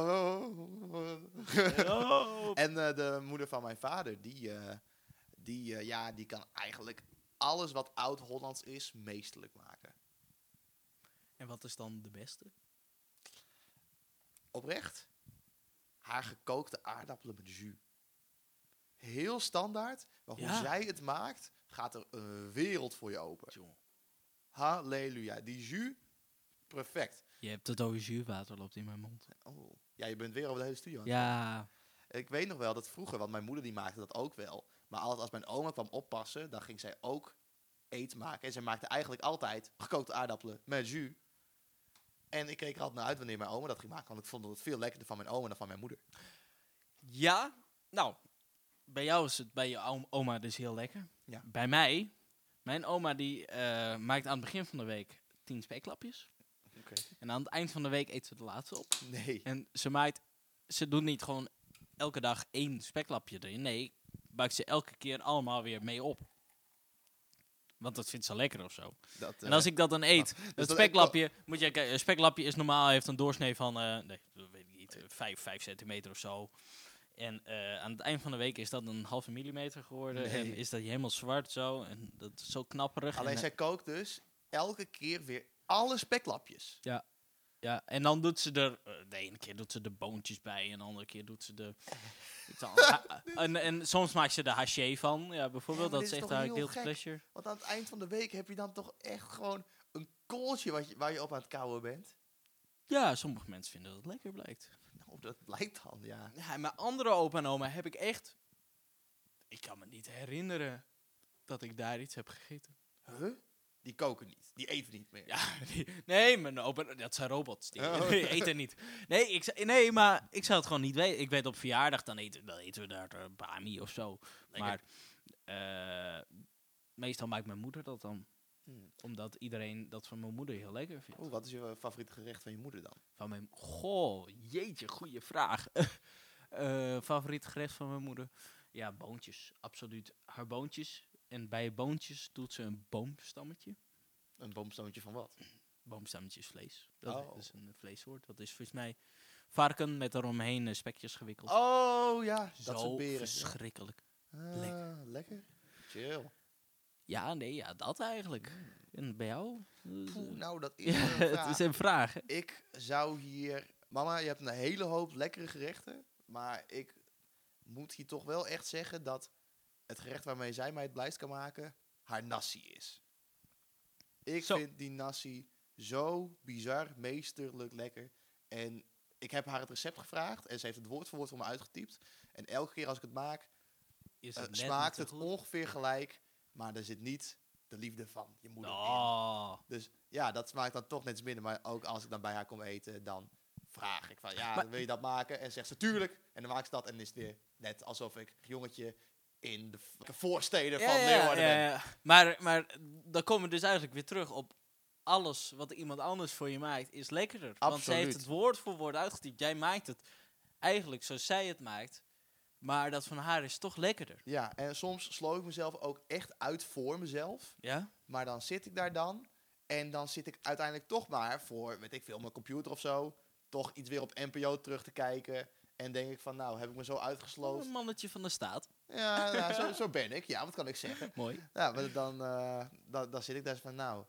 Oh. Oh. En de moeder van mijn vader, die kan eigenlijk alles wat oud-Hollands is, meesterlijk maken. En wat is dan de beste? Oprecht, haar gekookte aardappelen met jus. Heel standaard, maar hoe Ja. zij het maakt, gaat er een wereld voor je open. Jongen. Halleluja, die jus, perfect. Je hebt het over zuurwater loopt in mijn mond. Oh. Ja, je bent weer over de hele studio aan het Ja. Ik weet nog wel dat vroeger, want mijn moeder die maakte dat ook wel. Maar als mijn oma kwam oppassen, dan ging zij ook eten maken. En zij maakte eigenlijk altijd gekookte aardappelen met jus. En ik keek er altijd naar uit wanneer mijn oma dat ging maken. Want ik vond het veel lekkerder van mijn oma dan van mijn moeder. Ja, nou, bij jou is het bij je oma dus heel lekker. Ja. Bij mij, mijn oma die maakt aan het begin van de week 10 speklapjes. Oké. En aan het eind van de week eet ze de laatste op. Nee. En ze doet niet gewoon elke dag 1 speklapje erin. Nee, buikt ze elke keer allemaal weer mee op. Want dat vindt ze lekker of zo. En als ik dat dan eet, dus het dat- speklapje, moet je kijken, een speklapje is normaal, heeft een doorsnee van, nee, dat weet ik niet, 5 centimeter of zo. En aan het eind van de week is dat een halve millimeter geworden. Nee. En is dat helemaal zwart zo. En dat is zo knapperig. Alleen en, zij kookt dus elke keer weer alle speklapjes. ja, en dan doet ze er, de ene keer doet ze er boontjes bij. En de andere keer doet ze er... en soms maakt ze er haché van. Ja, bijvoorbeeld, Ja, maar dat is dit is echt toch haar heel guilty gek? pleasure. Want aan het eind van de week heb je dan toch echt gewoon een kooltje waar je op aan het kauwen bent. Ja, sommige mensen vinden dat het lekker blijkt. Nou, dat blijkt dan, ja. Ja, en mijn andere opa en oma heb ik echt... Ik kan me niet herinneren dat ik daar iets heb gegeten. Huh? Die koken niet. Die eten niet meer. Ja, nee, mijn opa, dat zijn robots. Die Oh. die eten niet. Nee, maar ik zou het gewoon niet weten. Ik weet op verjaardag, dan eten we daar bami of zo. Lekker. Maar meestal maakt mijn moeder dat dan. Hmm. Omdat iedereen dat van mijn moeder heel lekker vindt. Oeh, wat is je favoriete gerecht van je moeder dan? Van mijn... Goh, jeetje, goede vraag. Favoriet gerecht van mijn moeder? Ja, boontjes. Absoluut. Haar boontjes. En bij boontjes doet ze een boomstammetje. Een boomstoontje van wat? Boomstammetje is vlees. Dat Oh. is een vleessoort. Dat is volgens mij varken met eromheen spekjes gewikkeld. Oh ja, dat Zo soort beren. verschrikkelijk. Lekker. Lekker. Chill. Ja, nee, ja, dat eigenlijk. En bij jou? Poeh, nou, dat is Ja, een het vraag. is een vraag, hè? Ik zou hier... Mama, je hebt een hele hoop lekkere gerechten. Maar ik moet hier toch wel echt zeggen dat het gerecht waarmee zij mij het blijst kan maken, haar nasi is. Ik Zo. vind die nasi zo bizar meesterlijk lekker. En ik heb haar het recept gevraagd en ze heeft het woord voor woord voor me uitgetypt. En elke keer als ik het maak, Is het net smaakt niet het zo goed? ongeveer gelijk. Maar er zit niet de liefde van je moeder in. Oh. Dus ja, dat smaakt dan toch net iets minder. Maar ook als ik dan bij haar kom eten, dan vraag ik van, ja, Maar- wil je dat maken? En zegt ze, tuurlijk. En dan maakt ze dat en is het weer net alsof ik jongetje in de voorsteden van Leeuwarden ben. ja. Maar dan komen we dus eigenlijk weer terug op alles wat iemand anders voor je maakt, is lekkerder. Want zij heeft Absoluut. het woord voor woord uitgetypt. Jij maakt het eigenlijk zoals zij het maakt. Maar dat van haar is toch lekkerder. Ja, en soms sloot ik mezelf ook echt uit voor mezelf. Ja? Maar dan zit ik daar dan. En dan zit ik uiteindelijk toch maar voor, weet ik veel, mijn computer of zo. Toch iets weer op NPO terug te kijken. En denk ik van, nou, heb ik me zo uitgesloten. Een mannetje van de staat. Ja, nou, zo ben ik. Ja, wat kan ik zeggen? Mooi. Ja, maar dan zit ik daar zo van, nou,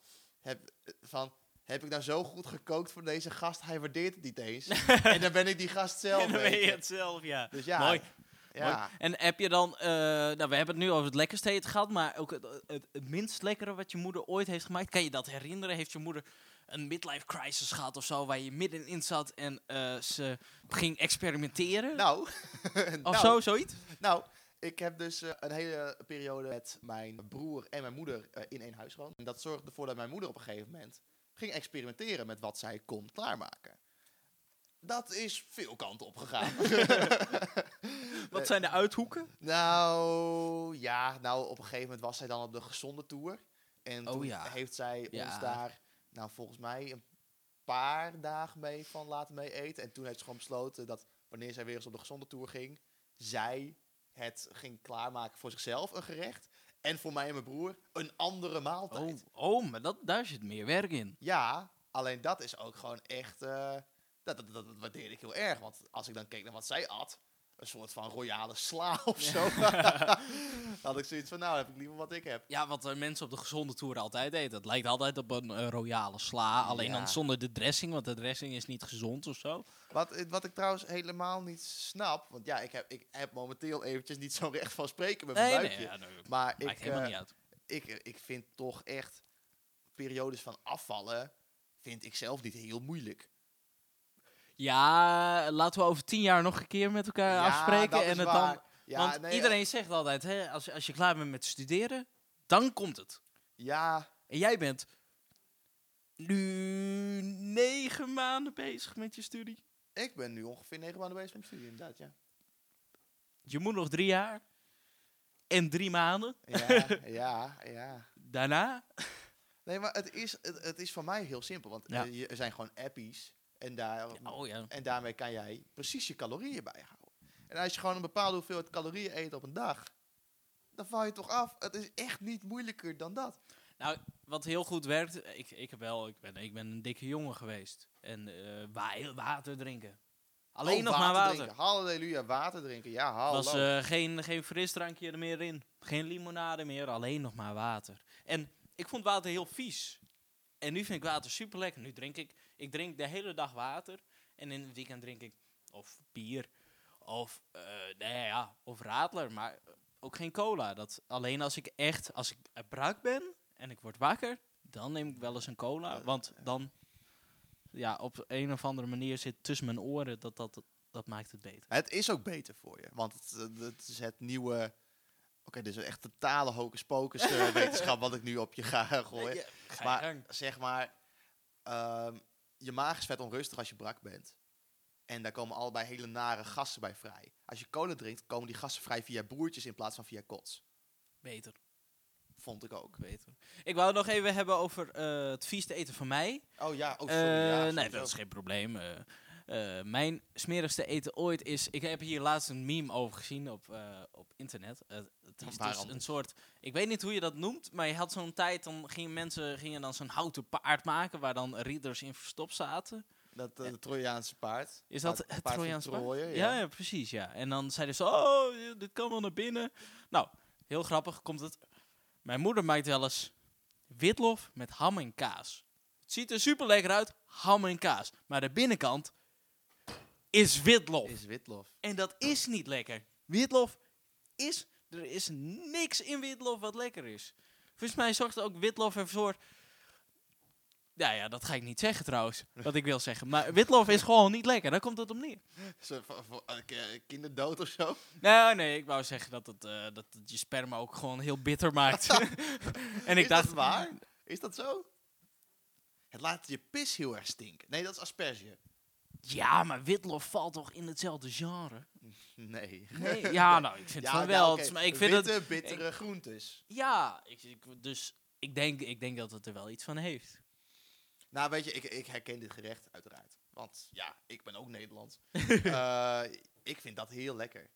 heb ik nou zo goed gekookt voor deze gast? Hij waardeert het niet eens. En dan ben ik die gast zelf. En dan weet ben je je. het zelf, ja. Dus ja, Mooi. ja. Mooi. En heb je dan, nou we hebben het nu over het lekkerste eten gehad, maar ook het minst lekkere wat je moeder ooit heeft gemaakt. Kan je dat herinneren? Heeft je moeder een midlife crisis gehad of zo, waar je middenin zat en ze ging experimenteren? Nou, of zo, zoiets? Nou, ik heb dus een hele periode met mijn broer en mijn moeder in één huis gewoond. En dat zorgde ervoor dat mijn moeder op een gegeven moment ging experimenteren met wat zij kon klaarmaken. Dat is veel kanten op gegaan. zijn de uithoeken? Nou, ja, nou, op een gegeven moment was zij dan op de gezonde tour. En toen heeft zij ons daar, nou, volgens mij een paar dagen mee van laten mee eten. En toen heeft ze gewoon besloten dat wanneer zij weer eens op de gezonde tour ging, zij het ging klaarmaken voor zichzelf, een gerecht. En voor mij en mijn broer een andere maaltijd. Maar daar zit meer werk in. Ja, alleen dat is ook gewoon echt, dat waardeer ik heel erg. Want als ik dan keek naar wat zij at, een soort van royale sla of zo, had ik zoiets van, nou, heb ik liever wat ik heb. Ja, wat mensen op de gezonde toer altijd eten. Het lijkt altijd op een royale sla. Alleen dan zonder de dressing, want de dressing is niet gezond of zo. Wat ik trouwens helemaal niet snap, want ja, ik heb momenteel eventjes niet zo'n recht van spreken met mijn buikje. Maar maakt helemaal niet uit. Ik vind toch echt periodes van afvallen, vind ik zelf niet heel moeilijk. Ja, laten we over 10 jaar nog een keer met elkaar afspreken. Dat En is het waar. dan, Ja, want iedereen zegt altijd, hè, als je klaar bent met studeren, dan komt het. Ja. En jij bent nu 9 maanden bezig met je studie. Ik ben nu ongeveer 9 maanden bezig met mijn studie, inderdaad, ja. Je moet nog 3 jaar. En 3 maanden. Ja. Daarna? Nee, maar het is voor mij heel simpel. Want er zijn gewoon appies. En daarmee kan jij precies je calorieën bijhouden. En als je gewoon een bepaalde hoeveelheid calorieën eet op een dag, dan val je toch af. Het is echt niet moeilijker dan dat. Nou, wat heel goed werkt, ik ben een dikke jongen geweest. En water drinken. Alleen nog maar water. Drinken. Halleluja, water drinken. Ja, hallo. Was geen frisdrankje er meer in. Geen limonade meer, alleen nog maar water. En ik vond water heel vies. En nu vind ik water super lekker. Nu drink ik drink de hele dag water. En in het weekend drink ik of bier of radler, maar ook geen cola. Alleen als ik brak ben en ik word wakker, dan neem ik wel eens een cola. Want dan, op een of andere manier zit tussen mijn oren, dat maakt het beter. Het is ook beter voor je, want het is het nieuwe. Oké, dit is echt totale hocus pocus wetenschap wat ik nu op je ga gooien. Maar zeg maar, je maag is vet onrustig als je brak bent. En daar komen allebei hele nare gassen bij vrij. Als je cola drinkt, komen die gassen vrij via broertjes in plaats van via kots. Beter. Vond ik ook. Beter. Ik wou het nog even hebben over het vieste eten van mij. Oh ja, sorry. Nee, dat is geen probleem. Mijn smerigste eten ooit is... Ik heb hier laatst een meme over gezien op internet. Het is dus een soort... Ik weet niet hoe je dat noemt, maar je had zo'n tijd... Dan gingen mensen dan zo'n houten paard maken... waar dan ridders in verstopt zaten. Dat Trojaanse paard. Is dat het Trojaanse paard? Troje, ja, precies, ja. En dan zeiden ze... Oh, dit kan wel naar binnen. Nou, heel grappig komt het... Mijn moeder maakt wel eens witlof met ham en kaas. Het ziet er super lekker uit, ham en kaas. Maar de binnenkant is witlof. En dat is niet lekker. Er is niks in witlof wat lekker is. Volgens mij zorgt ook witlof ervoor... Ja, dat ga ik niet zeggen trouwens, wat ik wil zeggen. Maar witlof is gewoon niet lekker, daar komt het op neer. Voor kinderdood of zo? Nee, ik wou zeggen dat het je sperma ook gewoon heel bitter maakt. En ik dacht, dat waar? Is dat zo? Het laat je pis heel erg stinken. Nee, dat is asperge. Ja, maar witlof valt toch in hetzelfde genre? Nee. Ja, nou, ik vind van wel. Okay. Maar ik vind bittere groentes. Ja, dus ik denk dat het er wel iets van heeft. Nou, weet je, ik herken dit gerecht uiteraard. Want ja, ik ben ook Nederlands. Ik vind dat heel lekker.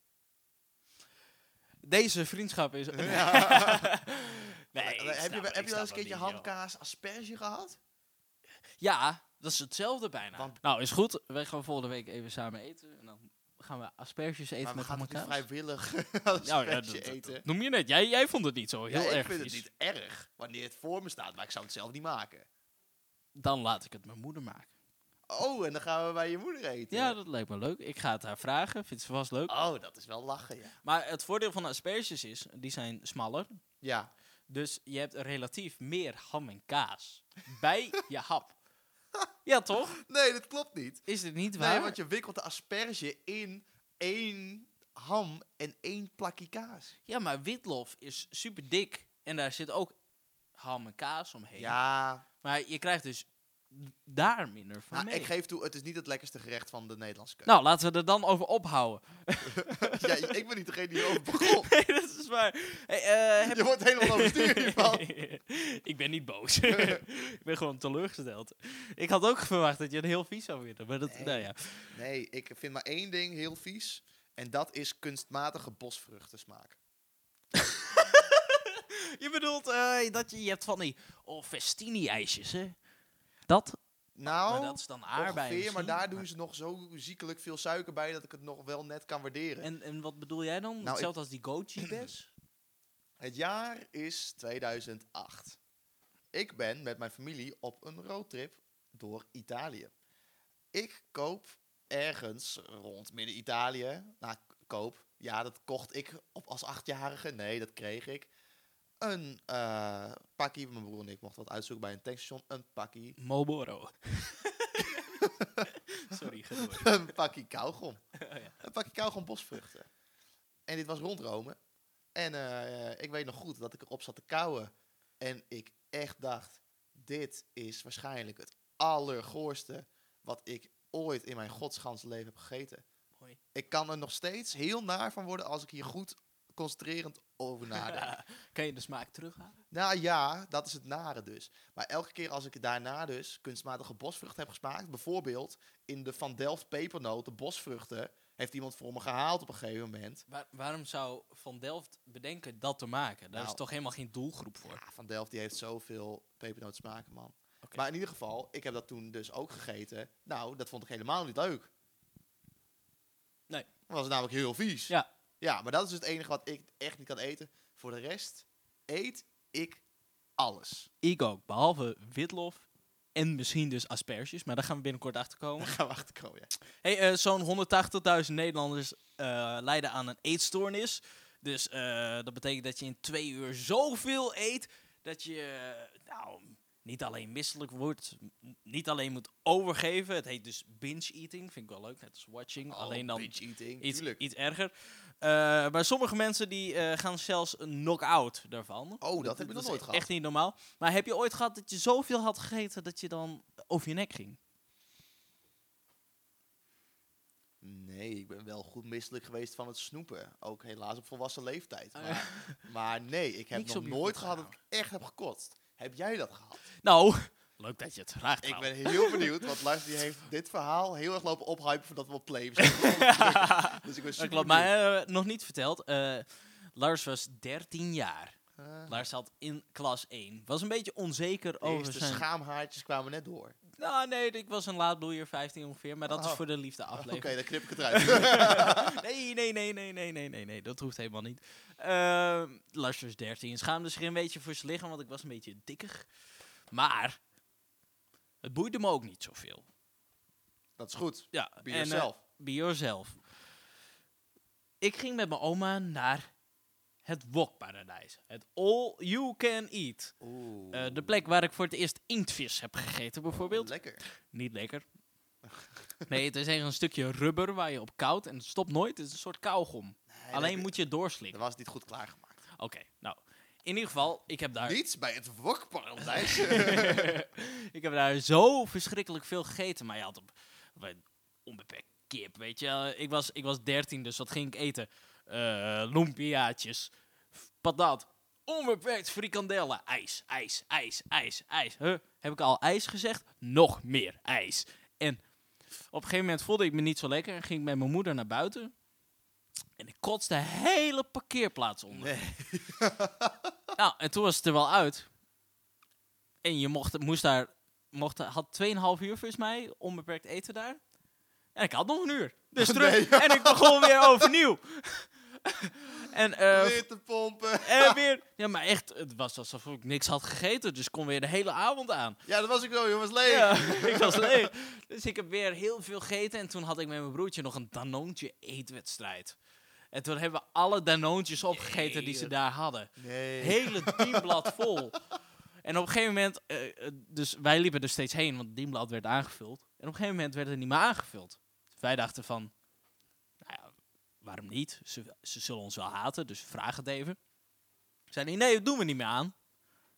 Deze vriendschap is... Nee, heb je wel eens een keertje hamkaas asperge gehad? Ja, dat is hetzelfde bijna. Nou, is goed. Wij gaan volgende week even samen eten. En dan gaan we asperges eten met hamkaas. Maar vrijwillig asperge eten. Noem je net. Jij vond het niet zo heel erg ik vind vies. het niet erg wanneer het voor me staat. Maar ik zou het zelf niet maken. Dan laat ik het mijn moeder maken. Oh, en dan gaan we bij je moeder eten. Ja, dat lijkt me leuk. Ik ga het haar vragen. Vindt ze vast leuk. Oh, dat is wel lachen, ja. Maar het voordeel van de asperges is, die zijn smaller. Ja. Dus je hebt relatief meer ham en kaas bij je hap. Ja, toch? Nee, dat klopt niet. Is het niet waar? Nee, want je wikkelt de asperge in 1 ham en 1 plakje kaas. Ja, maar witlof is super dik. En daar zit ook ham en kaas omheen. Ja. Maar je krijgt dus daar minder van Nou, mee. ik geef toe, het is niet het lekkerste gerecht van de Nederlandse keuken. Nou, laten we er dan over ophouden. Ja, ik ben niet degene die hierover begon. Nee, dat is waar. Hey, Je wordt helemaal overstuurd hiervan. Ik ben niet boos. Ik ben gewoon teleurgesteld. Ik had ook verwacht dat je het heel vies zou vinden. Maar dat, Nee. nou ja. Nee, ik vind maar één ding heel vies. En dat is kunstmatige bosvruchten smaak. Je bedoelt dat je hebt van die festini-ijsjes, hè? Dat? Nou, Maar dat is dan aardbeien ongeveer, maar misschien. daar doen ze nog zo ziekelijk veel suiker bij dat ik het nog wel net kan waarderen. En wat bedoel jij dan? Nou, Hetzelfde als die goji-bes? Het jaar is 2008. Ik ben met mijn familie op een roadtrip door Italië. Ik koop ergens rond midden Italië. Nou, ja, dat kocht ik op als 8-jarige. Nee, dat kreeg ik. Een pakkie, mijn broer en ik mochten wat uitzoeken bij een tankstation. Een pakkie. Marlboro. Sorry, ga door. Een pakkie kauwgom. Oh, ja. Een pakje kauwgom bosvruchten. En dit was rond Rome. En ik weet nog goed dat ik erop zat te kauwen. En ik echt dacht, dit is waarschijnlijk het allergoorste wat ik ooit in mijn godsganse leven heb gegeten. Mooi. Ik kan er nog steeds heel naar van worden als ik hier goed concentrerend over nadenk. Kan je de smaak terughalen? Nou ja, dat is het nare dus. Maar elke keer als ik daarna dus kunstmatige bosvruchten heb gesmaakt, bijvoorbeeld in de Van Delft pepernoten, bosvruchten, heeft iemand voor me gehaald op een gegeven moment. Waarom zou Van Delft bedenken dat te maken? Daar Nou, is toch helemaal geen doelgroep voor? Ja, Van Delft die heeft zoveel pepernoten man. Oké. Maar in ieder geval, ik heb dat toen dus ook gegeten. Nou, dat vond ik helemaal niet leuk. Nee. Dat was namelijk heel vies. Ja. Ja, maar dat is het enige wat ik echt niet kan eten. Voor de rest eet ik alles. Ik ook, behalve witlof en misschien dus asperges. Maar daar gaan we binnenkort achter komen. Daar gaan we achter komen, ja. Hey, zo'n 180.000 Nederlanders lijden aan een eetstoornis. Dus dat betekent dat je in 2 uur zoveel eet dat je niet alleen misselijk wordt, niet alleen moet overgeven. Het heet dus binge eating, vind ik wel leuk, net als watching. alleen dan binge eating, iets, tuurlijk. iets erger. Maar sommige mensen die gaan zelfs een knock-out daarvan. Oh, dat heb ik nog is nooit gehad. echt niet normaal. Maar heb je ooit gehad dat je zoveel had gegeten dat je dan over je nek ging? Nee, ik ben wel goed misselijk geweest van het snoepen. Ook helaas op volwassen leeftijd. Ah, Maar nee, ik heb Niks nog op je nooit goed gehad dat gehouden. ik echt heb gekotst. Heb jij dat gehad? Nou, leuk dat je het vraagt. Ik trouwens. ben heel benieuwd, want Lars die heeft dit verhaal heel erg lopen ophypen voordat we op play zijn. Dus ik ben Dat super klopt, benieuwd. maar nog niet verteld. Lars was 13 jaar. Ah, Lars zat in klas 1. Was een beetje onzeker de over eerste zijn... schaamhaartjes kwamen net door. Nou, nee, ik was een laatbloeier, 15 ongeveer. Maar dat is Oh. voor de liefde Oké, aflevering. dan knip ik het eruit. Nee, dat hoeft helemaal niet. Lars was 13. Schaamde zich een beetje voor zijn lichaam, want ik was een beetje dikkig. Maar het boeide me ook niet zoveel. Dat is goed. Ja, Be en, yourself. be yourself. Ik ging met mijn oma naar het wokparadijs. Het all you can eat. Oeh. De plek waar ik voor het eerst inktvis heb gegeten, bijvoorbeeld. Lekker. Niet lekker. Nee, het is echt een stukje rubber waar je op koudt en het stopt nooit. Het is een soort kauwgom. Nee, Alleen dat- moet je het doorslikken. Dan was het niet goed klaargemaakt. Oké, nou. In ieder geval, ik heb daar... Niets bij het wokparadijs. ik heb daar zo verschrikkelijk veel gegeten. Maar je had op onbeperkt kip, weet je. Ik was 13, dus wat ging ik eten? Lumpiaatjes, patat, onbeperkt frikandellen, ijs. Heb ik al ijs gezegd? Nog meer ijs. En op een gegeven moment voelde ik me niet zo lekker en ging ik met mijn moeder naar buiten. En ik kotste de hele parkeerplaats onder. Nee. Nou, en toen was het er wel uit. En je had 2,5 uur volgens mij onbeperkt eten daar. En ik had nog een uur. Dus terug. Nee. En ik begon weer overnieuw. En Weer te pompen. en weer... Ja, maar echt, het was alsof ik niks had gegeten. Dus ik kon weer de hele avond aan. Ja, dat was ik wel, jongens. Leeg. Ja, ik was leeg. Dus ik heb weer heel veel gegeten. En toen had ik met mijn broertje nog een Danoontje eetwedstrijd. En toen hebben we alle Danoontjes opgegeten die ze daar hadden. Nee. Hele dienblad vol. En op een gegeven moment... dus wij liepen er steeds heen, want het dienblad werd aangevuld. En op een gegeven moment werd het niet meer aangevuld. Dus wij dachten van... Nou ja, waarom niet? Ze zullen ons wel haten, dus vraag het even. Zeiden die, nee, dat doen we niet meer aan.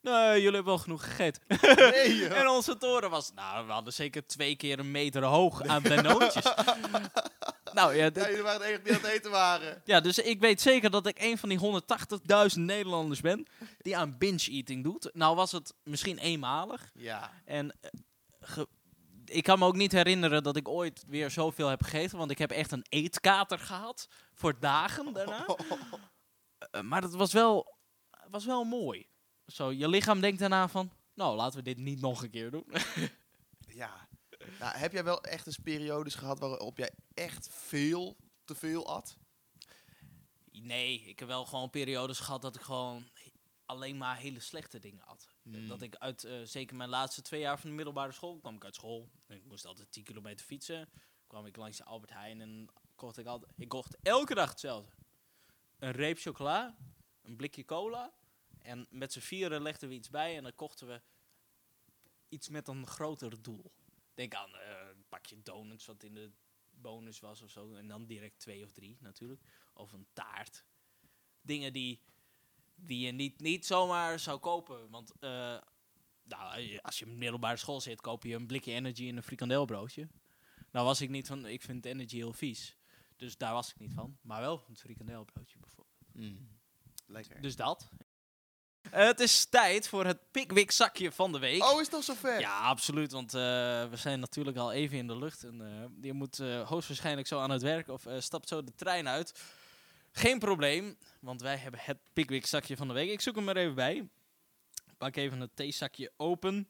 Nee, jullie hebben wel genoeg gegeten. Nee, joh. En onze toren was... Nou, we hadden zeker 2 keer een meter hoog aan benoontjes. Nou ja, Ja, jullie waren de enige die aan het eten waren. ja, dus ik weet zeker dat ik een van die 180.000 Nederlanders ben die aan binge-eating doet. Nou was het misschien eenmalig. Ja. En ik kan me ook niet herinneren dat ik ooit weer zoveel heb gegeten. Want ik heb echt een eetkater gehad voor dagen daarna. Maar het was wel mooi. Zo, je lichaam denkt daarna van... Nou, laten we dit niet nog een keer doen. Ja. Nou, heb jij wel echt eens periodes gehad waarop jij echt te veel at? Nee, ik heb wel gewoon periodes gehad dat ik gewoon alleen maar hele slechte dingen at. Dat ik uit, zeker mijn laatste 2 jaar van de middelbare school, kwam ik uit school. Ik moest altijd 10 kilometer fietsen. Kwam ik langs de Albert Heijn en ik kocht elke dag hetzelfde. Een reep chocola, een blikje cola. En met z'n 4 legden we iets bij en dan kochten we iets met een groter doel. Denk aan een pakje donuts wat in de bonus was of zo. En dan direct 2 of 3 natuurlijk. Of een taart. Dingen die je niet zomaar zou kopen. Want nou, als je op middelbare school zit, koop je een blikje Energy en een frikandelbroodje. Nou was ik niet van, ik vind Energy heel vies. Dus daar was ik niet van. Maar wel van het frikandelbroodje bijvoorbeeld. Lekker. Dus dat. Het is tijd voor het Pickwick zakje van de week. Oh, is het nog zover? Ja, absoluut. Want we zijn natuurlijk al even in de lucht. En je moet hoogstwaarschijnlijk zo aan het werk of stapt zo de trein uit. Geen probleem, want wij hebben het Pickwick zakje van de week. Ik zoek hem er even bij. Pak even het theezakje open.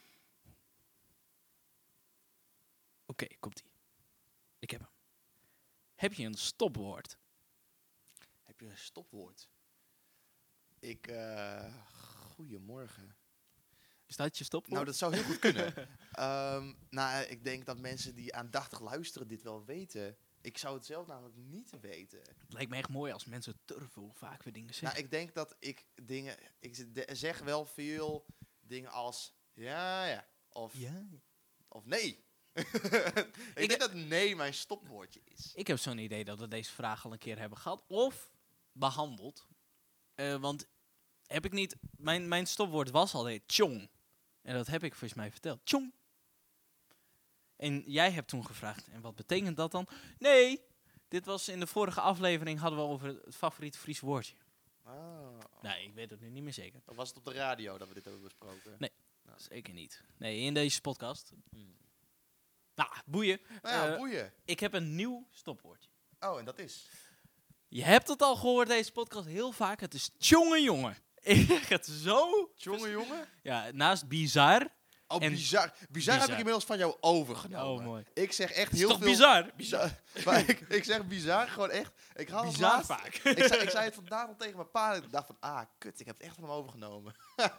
Oké, komt-ie. Ik heb hem. Heb je een stopwoord? Heb je een stopwoord? Goedemorgen. Is dat je stopwoord? Nou, dat zou heel goed kunnen. Nou, ik denk dat mensen die aandachtig luisteren dit wel weten. Ik zou het zelf namelijk niet weten. Het lijkt me echt mooi als mensen durven hoe vaak we dingen zeggen. Nou, ik denk dat ik dingen... zeg wel veel dingen als... Ja. Of nee. Ik denk dat nee mijn stopwoordje is. Ik heb zo'n idee dat we deze vraag al een keer hebben gehad. Of behandeld. Want heb ik niet... Mijn stopwoord was altijd tjong. En dat heb ik volgens mij verteld. Tjong. En jij hebt toen gevraagd, en wat betekent dat dan? Nee, dit was in de vorige aflevering hadden we over het favoriete Fries woordje. Oh. Nee, ik weet het nu niet meer zeker. Of was het op de radio dat we dit hebben besproken? Nee. Zeker niet. Nee, in deze podcast. Nou, boeien. Nou ja, boeien. Ik heb een nieuw stopwoordje. Oh, en dat is? Je hebt het al gehoord, deze podcast, heel vaak. Het is tjonge. Ik zeg het zo. Jongen? Ja, naast bizar. Oh, En bizar. Bizar heb ik inmiddels van jou overgenomen. Oh, mooi. Ik zeg echt Is heel toch veel... bizar? Maar ik zeg bizar gewoon echt. Ik haal het Bizar laatst. vaak. Ik zei het vandaag al tegen mijn pa. En ik dacht van, kut, ik heb het echt van hem overgenomen.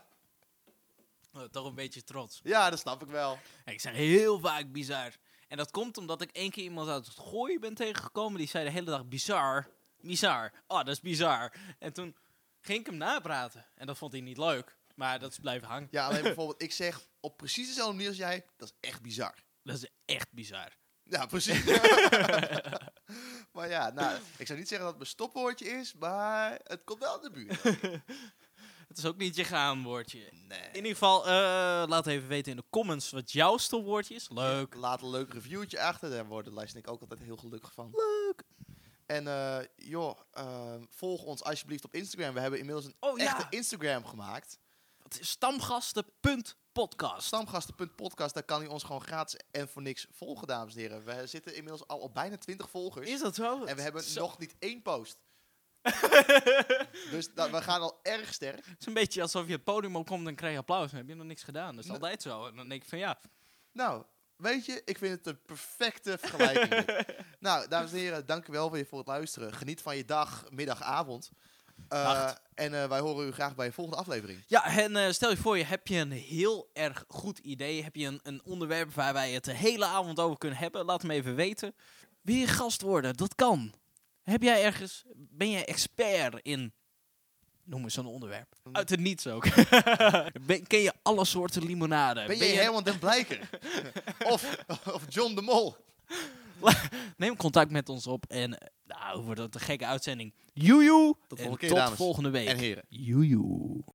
Toch een beetje trots. Ja, dat snap ik wel. Ja, ik zeg heel vaak bizar. En dat komt omdat ik 1 keer iemand uit het Gooi ben tegengekomen. Die zei de hele dag bizar. Oh, dat is bizar. En toen ging ik hem napraten. En dat vond hij niet leuk. Maar dat is blijven hangen. Ja, alleen bijvoorbeeld, ik zeg op precies dezelfde manier als jij, dat is echt bizar. Dat is echt bizar. Ja, precies. Maar ja, nou, ik zou niet zeggen dat het mijn stopwoordje is, maar het komt wel in de buurt. Het is ook niet je gaanwoordje. Nee. In ieder geval, laat even weten in de comments wat jouw stopwoordje is. Leuk. Laat een leuk reviewtje achter, daar worden Lijst en ik ook altijd heel gelukkig van. Leuk. En volg ons alsjeblieft op Instagram. We hebben inmiddels een Oh, echte ja. Instagram gemaakt. Het is stamgasten.podcast. Stamgasten.podcast, daar kan hij ons gewoon gratis en voor niks volgen, dames en heren. We zitten inmiddels al op bijna 20 volgers. Is dat zo? En we hebben Zo. nog niet 1 post. Dus we gaan al erg sterk. Het is een beetje alsof je het podium opkomt en krijg je applaus. Dan heb je nog niks gedaan. Dat is Nee. altijd zo. En dan denk ik van ja. Nou, weet je, ik vind het een perfecte vergelijking. Nou, dames en heren, dank u wel weer voor het luisteren. Geniet van je dag, middag, avond. Nacht. En wij horen u graag bij een volgende aflevering. Ja, en stel je voor, heb je een heel erg goed idee. Heb je een onderwerp waar wij het de hele avond over kunnen hebben. Laat me even weten. Wil je gast worden? Dat kan. Ben jij expert in, noem eens zo'n onderwerp. Uit het niets ook. Ken je alle soorten limonade? Ben je Herman den Blijker? of John de Mol? Neem contact met ons op en wordt het een gekke uitzending. Joejoe. Tot volgende En keer, tot dames volgende week. En heren. Joejoe.